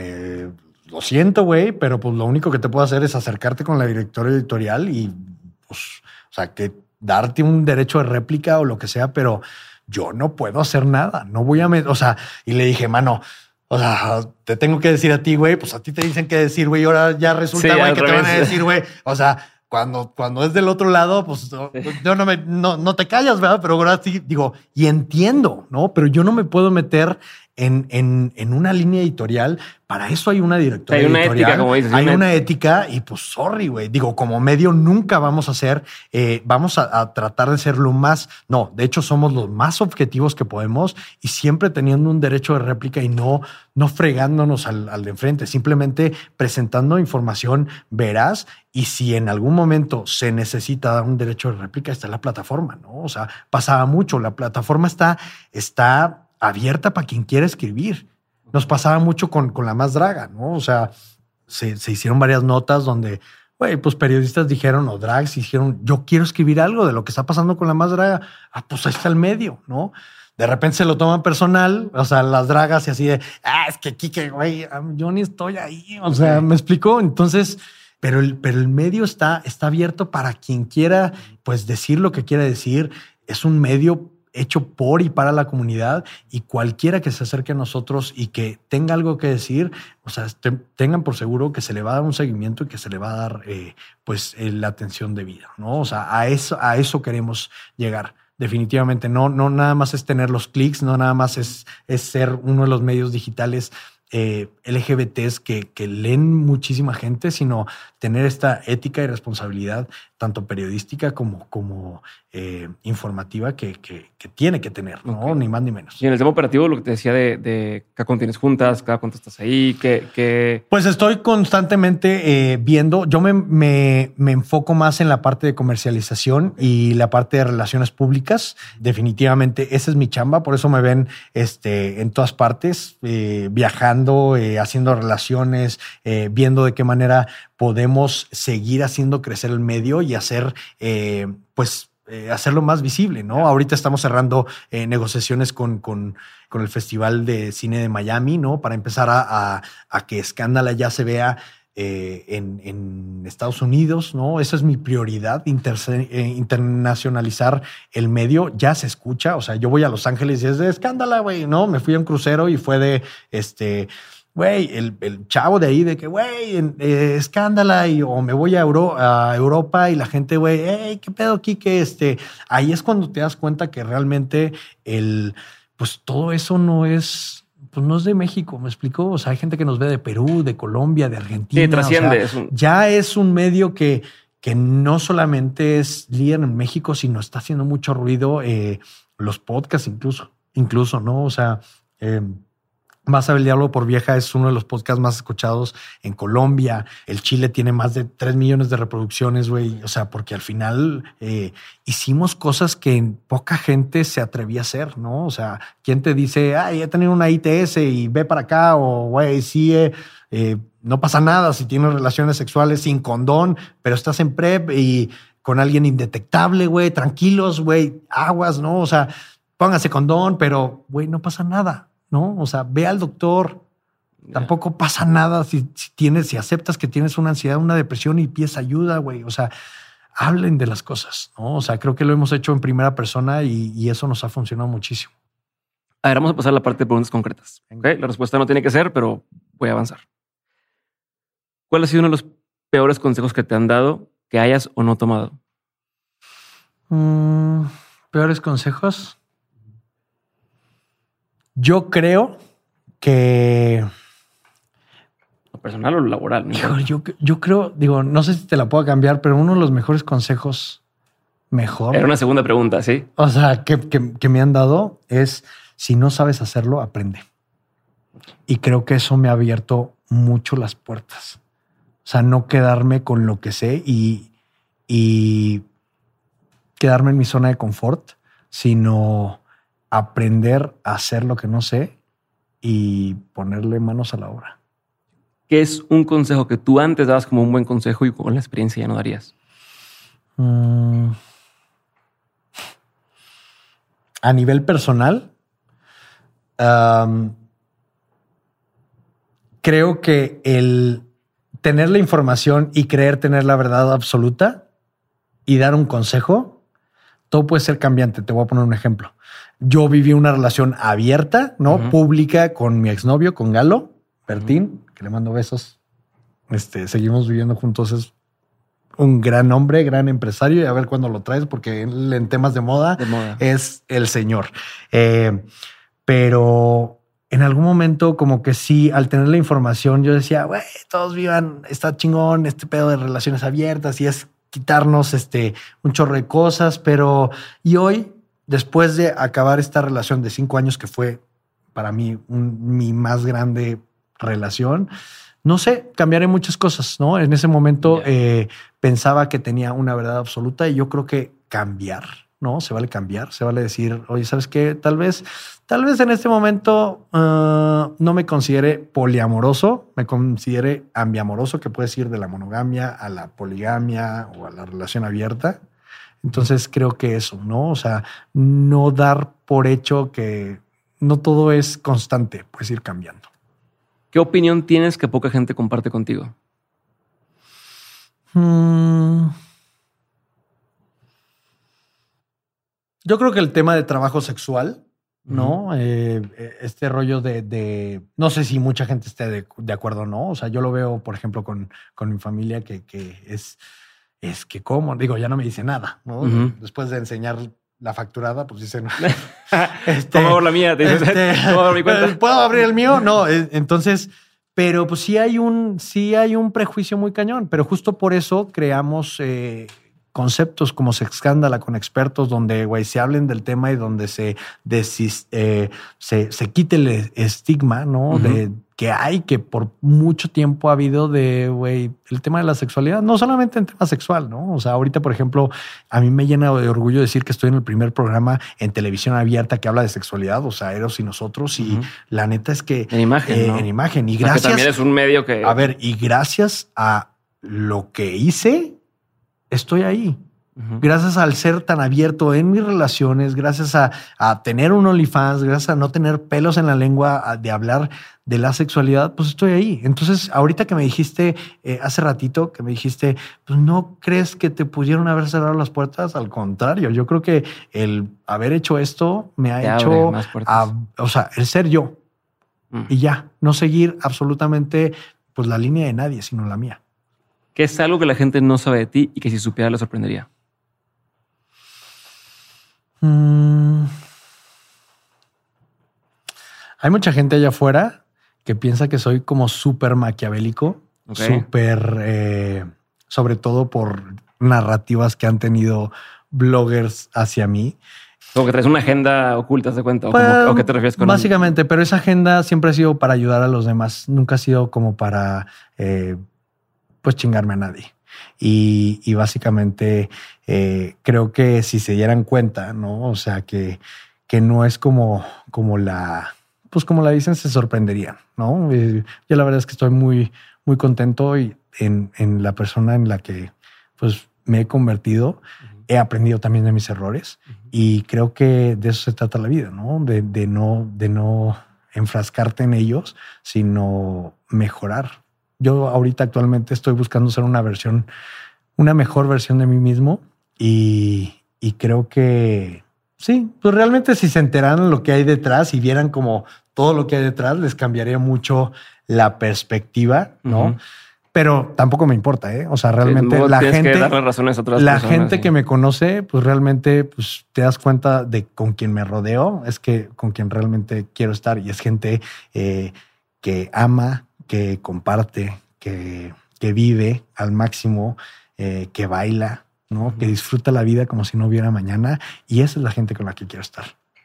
me lo siento, güey, pero pues lo único que te puedo hacer es acercarte con la directora editorial y, pues, o sea, que darte un derecho de réplica o lo que sea, pero yo no puedo hacer nada, no voy a, met- o sea, y le dije, mano, o sea, te tengo que decir a ti, güey, pues a ti te dicen qué decir, güey, y ahora ya resulta, Sí, güey, al que te revés. van a decir, güey, o sea, cuando, cuando es del otro lado, pues no, yo no me, no, no te callas, ¿verdad? Pero ahora sí digo, y entiendo, ¿no? Pero yo no me puedo meter en, en, en una línea editorial. Para eso hay una directora Hay una editorial. ética, como dices, Hay una- una ética y pues sorry, güey. Digo, como medio nunca vamos a ser, eh, vamos a, a tratar de ser lo más, no, de hecho somos los más objetivos que podemos y siempre teniendo un derecho de réplica y no, no fregándonos al, al de enfrente, simplemente presentando información veraz y si en algún momento se necesita dar un derecho de réplica, está en la plataforma, ¿no? O sea, pasaba mucho, la plataforma está, está abierta para quien quiera escribir. Nos pasaba mucho con, con La Más Draga, ¿no? O sea, se, se hicieron varias notas donde, güey, pues periodistas dijeron, o drags dijeron, yo quiero escribir algo de lo que está pasando con La Más Draga. Ah, pues ahí está el medio, ¿no? De repente se lo toman personal, o sea, las dragas y así de, ah, es que Quique, güey, yo ni estoy ahí. O sea, ¿me explicó? Entonces, pero el, pero el medio está, está abierto para quien quiera, pues, decir lo que quiera decir. Es un medio hecho por y para la comunidad y cualquiera que se acerque a nosotros y que tenga algo que decir, o sea, te, tengan por seguro que se le va a dar un seguimiento y que se le va a dar, eh, pues, eh, la atención debida, ¿no? O sea, a eso, a eso queremos llegar. Definitivamente no, no nada más es tener los clics, no nada más es, es ser uno de los medios digitales eh, L G B Ts que, que leen muchísima gente, sino tener esta ética y responsabilidad, tanto periodística como, como eh, informativa, que, que, que tiene que tener, ¿no? Okay. Ni más ni menos. Y en el tema operativo, lo que te decía de, de cada cuánto tienes juntas, cada cuánto estás ahí, que... que... Pues estoy constantemente eh, viendo, yo me, me, me enfoco más en la parte de comercialización y la parte de relaciones públicas. Definitivamente esa es mi chamba, por eso me ven este, en todas partes, eh, viajando, eh, haciendo relaciones, eh, viendo de qué manera podemos seguir haciendo crecer el medio y hacer, eh, pues, eh, hacerlo más visible, ¿no? Ahorita estamos cerrando eh, negociaciones con, con, con el Festival de Cine de Miami, ¿no? Para empezar a, a, a que Escándala ya se vea eh, en, en Estados Unidos, ¿no? Esa es mi prioridad, inter, eh, internacionalizar el medio. Ya se escucha, o sea, yo voy a Los Ángeles y es de Escándala, güey, ¿no? Me fui a un crucero y fue de, este... Güey, el, el chavo de ahí de que, güey, eh, Escándala y o me voy a, Euro, a Europa y la gente, güey, hey, ¿qué pedo aquí? Que este, ahí es cuando te das cuenta que realmente el, pues todo eso no es, pues no es de México, ¿me explicó? O sea, hay gente que nos ve de Perú, de Colombia, de Argentina. Sí, trasciende. O sea, es un... Ya es un medio que, que no solamente es líder en México, sino está haciendo mucho ruido, eh, los podcasts incluso, incluso, ¿no? O sea, eh, Más sabe el diablo por vieja es uno de los podcasts más escuchados en Colombia. El Chile tiene más de tres millones de reproducciones, güey. O sea, porque al final eh, hicimos cosas que poca gente se atrevía a hacer, ¿no? O sea, ¿quién te dice, ay, he tenido una I T S y ve para acá? O, güey, sí, eh, eh, no pasa nada si tienes relaciones sexuales sin condón, pero estás en PrEP y con alguien indetectable, güey. Tranquilos, güey, aguas, ¿no? O sea, póngase condón, pero, güey, no pasa nada. ¿No? O sea, ve al doctor. Tampoco pasa nada si, si tienes, si aceptas que tienes una ansiedad, una depresión y pides ayuda, güey. O sea, hablen de las cosas, ¿no? O sea, creo que lo hemos hecho en primera persona y, y eso nos ha funcionado muchísimo. A ver, vamos a pasar a la parte de preguntas concretas. ¿Okay? La respuesta no tiene que ser, pero voy a avanzar. ¿Cuál ha sido uno de los peores consejos que te han dado que hayas o no tomado? Mm, ¿Peores consejos? Yo creo que... ¿Lo personal o lo laboral? ¿No? Hijo, yo, yo creo, digo, no sé si te la puedo cambiar, pero uno de los mejores consejos, mejor. Era una segunda pregunta, ¿sí? O sea, que, que, que me han dado es, si no sabes hacerlo, aprende. Y creo que eso me ha abierto mucho las puertas. O sea, no quedarme con lo que sé y, y quedarme en mi zona de confort, sino aprender a hacer lo que no sé y ponerle manos a la obra. ¿Qué es un consejo que tú antes dabas como un buen consejo y con la experiencia ya no darías? Mm. A nivel personal, um, creo que el tener la información y creer tener la verdad absoluta y dar un consejo, todo puede ser cambiante. Te voy a poner un ejemplo. Yo viví una relación abierta, ¿no? Uh-huh. Pública con mi exnovio, con Galo Bertín, uh-huh. que le mando besos. Este, seguimos viviendo juntos. Es un gran hombre, gran empresario, y a ver cuándo lo traes, porque él en temas de moda, de moda. es el señor. Eh, pero en algún momento como que sí, al tener la información, yo decía, güey, todos vivan, está chingón este pedo de relaciones abiertas y es quitarnos este, un chorro de cosas, pero y hoy, después de acabar esta relación de cinco años, que fue para mí un, mi más grande relación, no sé, cambiaré muchas cosas, ¿no? En ese momento yeah. eh, pensaba que tenía una verdad absoluta y yo creo que cambiar, ¿no? Se vale cambiar, se vale decir, oye, ¿sabes qué? Tal vez, tal vez en este momento uh, no me considere poliamoroso, me considere ambiamoroso, que puedes ir de la monogamia a la poligamia o a la relación abierta. Entonces creo que eso, ¿no? O sea, no dar por hecho que no todo es constante, puedes ir cambiando. ¿Qué opinión tienes que poca gente comparte contigo? Hmm. Yo creo que el tema de trabajo sexual, ¿no? Uh-huh. Eh, este rollo de, de... No sé si mucha gente esté de, de acuerdo o no. O sea, yo lo veo, por ejemplo, con, con mi familia, que, que es... Es que cómo, digo, ya no me dice nada, ¿no? Uh-huh. Después de enseñar la facturada, pues dicen... este, ¿Cómo abro la mía? Este, ¿Cómo abro mi cuenta? ¿Puedo abrir el mío? No, entonces... Pero pues sí hay un, sí hay un prejuicio muy cañón, pero justo por eso creamos eh, conceptos como Sexcándala con expertos donde, güey, se hablen del tema y donde se, desis, eh, se, se quite el estigma, ¿no? Uh-huh. De que hay, que por mucho tiempo ha habido de, güey, el tema de la sexualidad, no solamente en tema sexual, ¿no? O sea, ahorita, por ejemplo, a mí me llena de orgullo decir que estoy en el primer programa en televisión abierta que habla de sexualidad, o sea, Eros y nosotros, y uh-huh. la neta es que... En imagen, eh, ¿no? En imagen, y o sea, gracias... que también es un medio que... A ver, y gracias a lo que hice, estoy ahí. Uh-huh. Gracias al ser tan abierto en mis relaciones, gracias a, a tener un OnlyFans, gracias a no tener pelos en la lengua a, de hablar de la sexualidad, pues estoy ahí. Entonces, ahorita que me dijiste, eh, hace ratito, que me dijiste, pues no crees que te pudieron haber cerrado las puertas. Al contrario, yo creo que el haber hecho esto me ha te hecho, más a, o sea, el ser yo mm. y ya, no seguir absolutamente pues la línea de nadie, sino la mía. ¿Qué es algo que la gente no sabe de ti y que si supiera le sorprendería? Mm. Hay mucha gente allá afuera que piensa que soy como súper maquiavélico, okay. súper, eh, sobre todo por narrativas que han tenido bloggers hacia mí. Como que traes una agenda oculta, ¿se cuenta? ¿O, pues, como, ¿O qué te refieres con básicamente, un... pero esa agenda siempre ha sido para ayudar a los demás. Nunca ha sido como para, eh, pues, chingarme a nadie. Y, y básicamente eh, creo que si se dieran cuenta, ¿no? O sea, que, que no es como, como la... Pues como la dicen, se sorprenderían, ¿no? Eh, yo la verdad es que estoy muy, muy contento y en, en la persona en la que pues, me he convertido. Uh-huh. He aprendido también de mis errores uh-huh. y creo que de eso se trata la vida, ¿no? De, de no, de no enfrascarte en ellos, sino mejorar. Yo ahorita actualmente estoy buscando ser una versión, una mejor versión de mí mismo y, y creo que... Sí, pues realmente si se enteraran lo que hay detrás y vieran como todo lo que hay detrás, les cambiaría mucho la perspectiva, ¿no? Uh-huh. Pero tampoco me importa, ¿eh? O sea, realmente sí, la gente, que darle razones a otras la personas, gente sí. que me conoce, pues realmente pues, te das cuenta de con quien me rodeo, es que con quien realmente quiero estar y es gente eh, que ama, que comparte, que, que vive al máximo, eh, que baila, ¿no? Uh-huh. Que disfruta la vida como si no hubiera mañana y esa es la gente con la que quiero estar.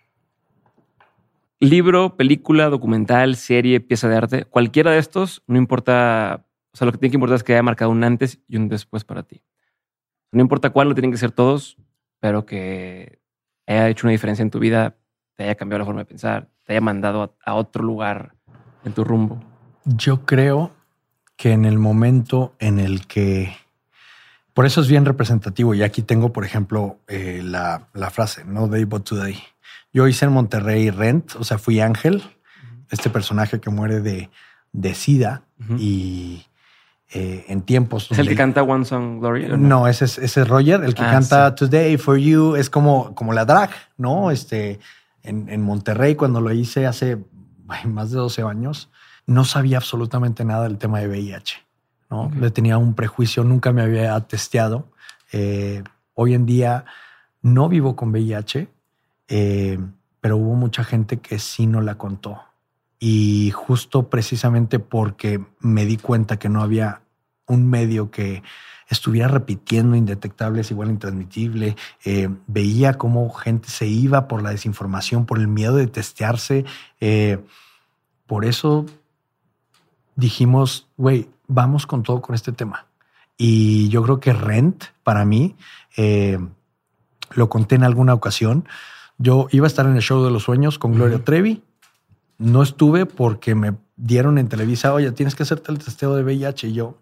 Libro, película, documental, serie, pieza de arte, cualquiera de estos, no importa, o sea, lo que tiene que importar es que haya marcado un antes y un después para ti. No importa cuál, no tienen que ser todos, pero que haya hecho una diferencia en tu vida, te haya cambiado la forma de pensar, te haya mandado a, a otro lugar en tu rumbo. Yo creo que en el momento en el que... Por eso es bien representativo. Y aquí tengo, por ejemplo, eh, la, la frase, no day but today. Yo hice en Monterrey Rent, o sea, fui Ángel, uh-huh. este personaje que muere de, de SIDA uh-huh. y eh, en tiempos... ¿Es el que canta One Song Glory? No, no ese, es, ese es Roger, el que ah, canta sí. Today for You. Es como, como la drag, ¿no? Este, en, en Monterrey, cuando lo hice hace ay, más de doce años, no sabía absolutamente nada del tema de V I H. ¿no? Okay. Le tenía un prejuicio, nunca me había testeado. Eh, hoy en día no vivo con V I H, eh, pero hubo mucha gente que sí no la contó. Y justo precisamente porque me di cuenta que no había un medio que estuviera repitiendo indetectables igual intransmitible, eh, veía cómo gente se iba por la desinformación, por el miedo de testearse. Eh, por eso dijimos, güey, vamos con todo con este tema. Y yo creo que Rent, para mí, eh, lo conté en alguna ocasión. Yo iba a estar en el show de los sueños con Gloria uh-huh. Trevi. No estuve porque me dieron en Televisa, oye, tienes que hacerte el testeo de V I H. Y yo,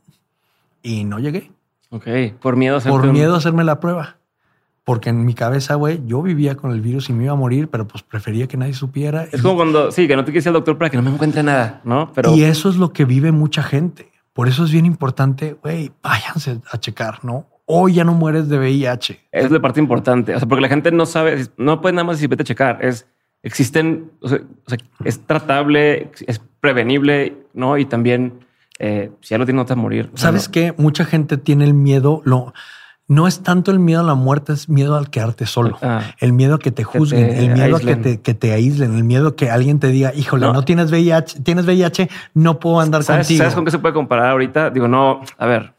y no llegué. Ok, por miedo a hacerte Por un... miedo a hacerme la prueba. Porque en mi cabeza, güey, yo vivía con el virus y me iba a morir, pero pues prefería que nadie supiera. Es y... como cuando, sí, que no te quise al doctor para que no me encuentre nada, ¿no? Pero... Y eso es lo que vive mucha gente. Por eso es bien importante, güey, váyanse a checar, ¿no? Hoy ya no mueres de V I H. Es la parte importante. O sea, porque la gente no sabe, no puede nada más decir vete a checar. Es, existen, o sea, o sea, es tratable, es prevenible, ¿no? Y también, eh, si ya lo tienes, no te vas a morir. ¿Sabes no. qué? Mucha gente tiene el miedo, lo... No es tanto el miedo a la muerte, es miedo al quedarte solo. Ah, el miedo a que te juzguen, que te el miedo aíslen. a que te, que te aíslen, el miedo a que alguien te diga, híjole, no, no tienes V I H, tienes V I H, no puedo andar ¿Sabes, contigo. ¿Sabes con qué se puede comparar ahorita? Digo, no, a ver,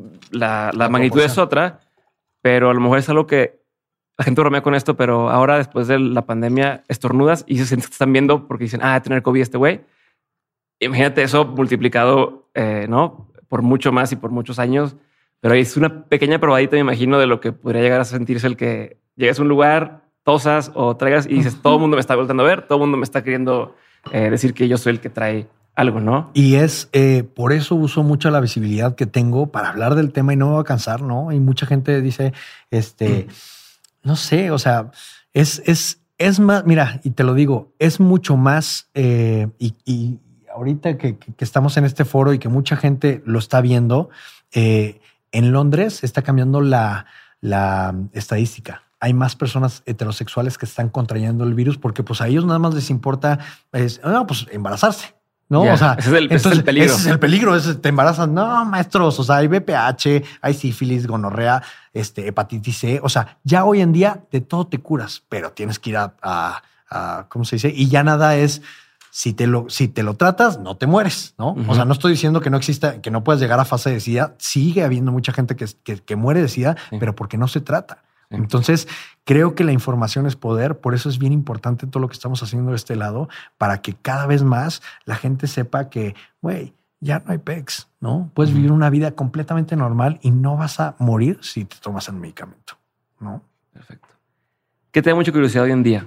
la, la magnitud es otra, pero a lo mejor es algo que la gente bromea con esto, pero ahora después de la pandemia estornudas y se sienten que te están viendo porque dicen, ah, tener COVID este güey. Imagínate eso multiplicado, eh, ¿no? Por mucho más y por muchos años. Pero es una pequeña probadita, me imagino, de lo que podría llegar a sentirse el que llegues a un lugar, tosas o traigas y dices, todo el mundo me está volteando a ver, todo el mundo me está queriendo eh, decir que yo soy el que trae algo, ¿no? Y es eh, por eso uso mucho la visibilidad que tengo para hablar del tema y no me voy a cansar, ¿no? Y mucha gente dice, este, mm. no sé, o sea, es, es, es más, mira, y te lo digo, es mucho más, eh, y, y ahorita que, que, que estamos en este foro y que mucha gente lo está viendo, eh, en Londres está cambiando la, la estadística. Hay más personas heterosexuales que están contrayendo el virus porque pues a ellos nada más les importa es, no, pues embarazarse, ¿no? Yeah, o sea, ese es, el, entonces, ese es el peligro. Ese es el peligro. Ese, te embarazas. No, maestros, o sea, hay V P H, hay sífilis, gonorrea, este, hepatitis C. O sea, ya hoy en día de todo te curas, pero tienes que ir a, a, a ¿cómo se dice? Y ya nada es... Si te, lo, si te lo tratas, no te mueres, ¿no? Uh-huh. O sea, no estoy diciendo que no exista, que no puedas llegar a fase de SIDA. Sigue habiendo mucha gente que, que, que muere de SIDA, sí. pero porque no se trata. Sí. Entonces, creo que la información es poder. Por eso es bien importante todo lo que estamos haciendo de este lado, para que cada vez más la gente sepa que, güey, ya no hay P E X, ¿no? Puedes uh-huh. vivir una vida completamente normal y no vas a morir si te tomas el medicamento, ¿no? Perfecto. ¿Qué te da mucha curiosidad hoy en día?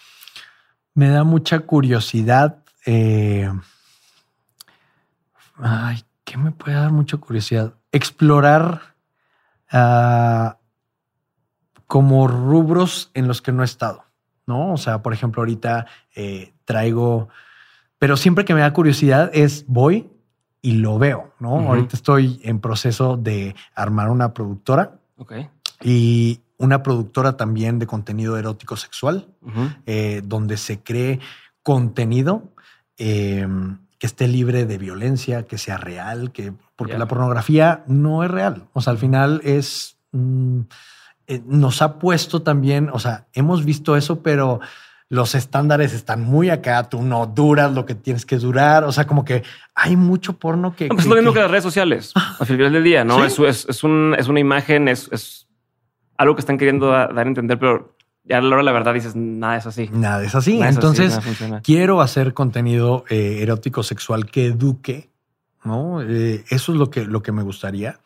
Me da mucha curiosidad. Eh, ay, ¿qué me puede dar mucha curiosidad? Explorar uh, como rubros en los que no he estado, ¿no? O sea, por ejemplo, ahorita eh, traigo... Pero siempre que me da curiosidad es voy y lo veo, ¿no? Uh-huh. Ahorita estoy en proceso de armar una productora. Okay. Y... una productora también de contenido erótico sexual, uh-huh. eh, donde se cree contenido eh, que esté libre de violencia, que sea real, que porque yeah. la pornografía no es real. O sea, al final es... Mm, eh, nos ha puesto también... O sea, hemos visto eso, pero los estándares están muy acá. Tú no duras lo que tienes que durar. O sea, como que hay mucho porno que... No, pues que, es lo mismo que... que las redes sociales. Al final del día, ¿no? ¿Sí? Es, es, es, un, es una imagen, es... es... algo que están queriendo dar a entender, pero ya a la hora de la verdad dices, nada es así. Nada es así. Nada Entonces, es así, nada quiero hacer contenido eh, erótico sexual que eduque, ¿no? Eh, eso es lo que, lo que me gustaría.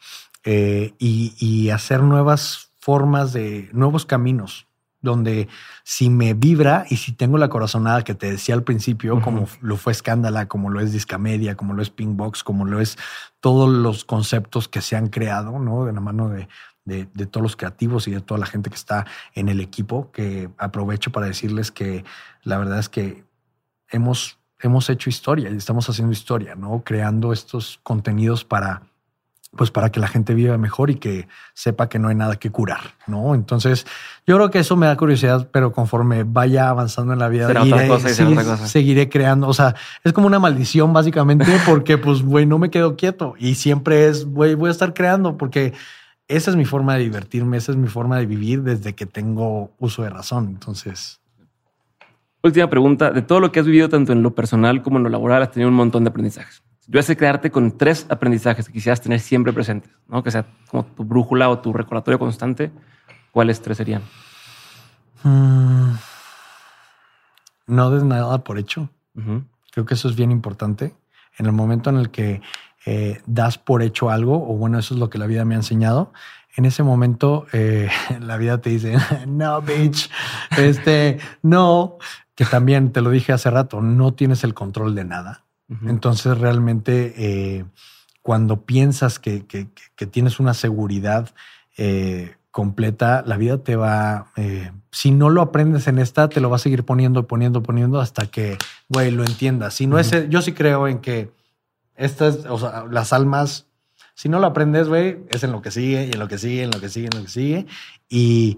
eh, y, y hacer nuevas formas de nuevos caminos, donde si me vibra y si tengo la corazonada que te decía al principio, uh-huh. como lo fue Escándala, como lo es Discamedia, como lo es Pinkbox, como lo es todos los conceptos que se han creado, ¿no? De la mano de, de, de todos los creativos y de toda la gente que está en el equipo, que aprovecho para decirles que la verdad es que hemos, hemos hecho historia y estamos haciendo historia, ¿no? Creando estos contenidos para... pues para que la gente viva mejor y que sepa que no hay nada que curar, ¿no? Entonces, yo creo que eso me da curiosidad, pero conforme vaya avanzando en la vida, será iré, otra cosa y será sí, otra cosa. Seguiré creando. O sea, es como una maldición, básicamente, porque, pues, güey, no me quedo quieto. Y siempre es, güey, voy a estar creando, porque esa es mi forma de divertirme, esa es mi forma de vivir desde que tengo uso de razón. Entonces... Última pregunta. De todo lo que has vivido, tanto en lo personal como en lo laboral, has tenido un montón de aprendizajes. Yo hace quedarte con tres aprendizajes que quisieras tener siempre presentes, ¿no? Que sea como tu brújula o tu recordatorio constante. ¿Cuáles tres serían? Mm, no des nada por hecho. Uh-huh. Creo que eso es bien importante. En el momento en el que eh, das por hecho algo, o bueno, eso es lo que la vida me ha enseñado, en ese momento eh, la vida te dice, no, bitch, este, no, que también te lo dije hace rato, no tienes el control de nada. Entonces realmente eh, cuando piensas que, que, que tienes una seguridad eh, completa, la vida te va, eh, si no lo aprendes en esta, te lo va a seguir poniendo, poniendo, poniendo hasta que, güey, lo entiendas. Si no uh-huh. es, yo sí creo en que estas, o sea, las almas, si no lo aprendes, güey, es en lo que sigue y en lo que sigue, en lo que sigue, en lo que sigue. Y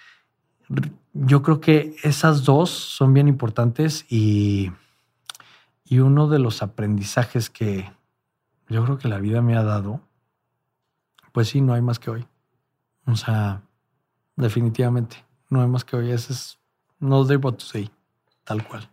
yo creo que esas dos son bien importantes y... Y uno de los aprendizajes que yo creo que la vida me ha dado, pues sí, no hay más que hoy. O sea, definitivamente, no hay más que hoy. Ese es no day but to say, tal cual.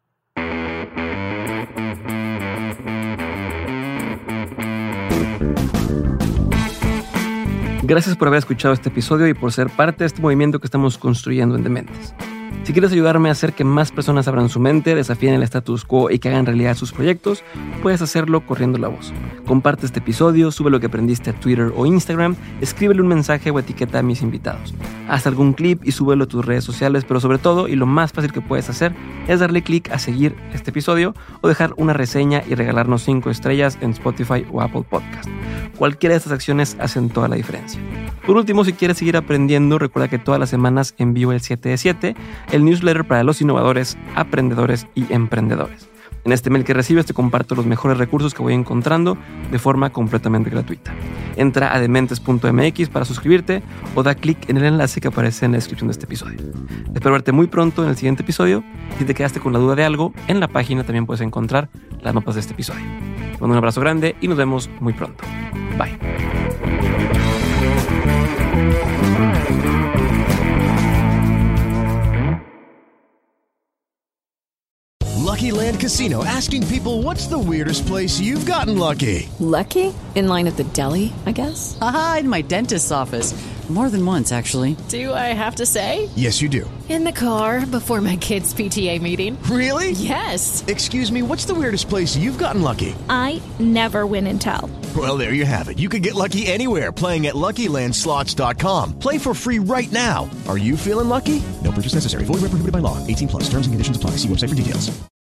Gracias por haber escuchado este episodio y por ser parte de este movimiento que estamos construyendo en Dementes. Si quieres ayudarme a hacer que más personas abran su mente, desafíen el status quo y que hagan realidad sus proyectos, puedes hacerlo corriendo la voz. Comparte este episodio, sube lo que aprendiste a Twitter o Instagram, escríbele un mensaje o etiqueta a mis invitados. Haz algún clip y súbelo a tus redes sociales, pero sobre todo, y lo más fácil que puedes hacer, es darle clic a seguir este episodio o dejar una reseña y regalarnos cinco estrellas en Spotify o Apple Podcast. Cualquiera de estas acciones hacen toda la diferencia. Por último, si quieres seguir aprendiendo, recuerda que todas las semanas envío el siete de siete, el newsletter para los innovadores, aprendedores y emprendedores. En este mail que recibes te comparto los mejores recursos que voy encontrando de forma completamente gratuita. Entra a dementes punto m x para suscribirte o da clic en el enlace que aparece en la descripción de este episodio. Espero verte muy pronto en el siguiente episodio. Si te quedaste con la duda de algo, en la página también puedes encontrar las notas de este episodio. Te mando un abrazo grande y nos vemos muy pronto. Bye. Lucky Land Casino, asking people, what's the weirdest place you've gotten lucky? Lucky? In line at the deli, I guess? Aha, in my dentist's office. More than once, actually. Do I have to say? Yes, you do. In the car before my kids' P T A meeting. Really? Yes. Excuse me, what's the weirdest place you've gotten lucky? I never win and tell. Well, there you have it. You can get lucky anywhere, playing at Lucky Land Slots dot com. Play for free right now. Are you feeling lucky? No purchase necessary. Void where prohibited by law. eighteen plus. Terms and conditions apply. See website for details.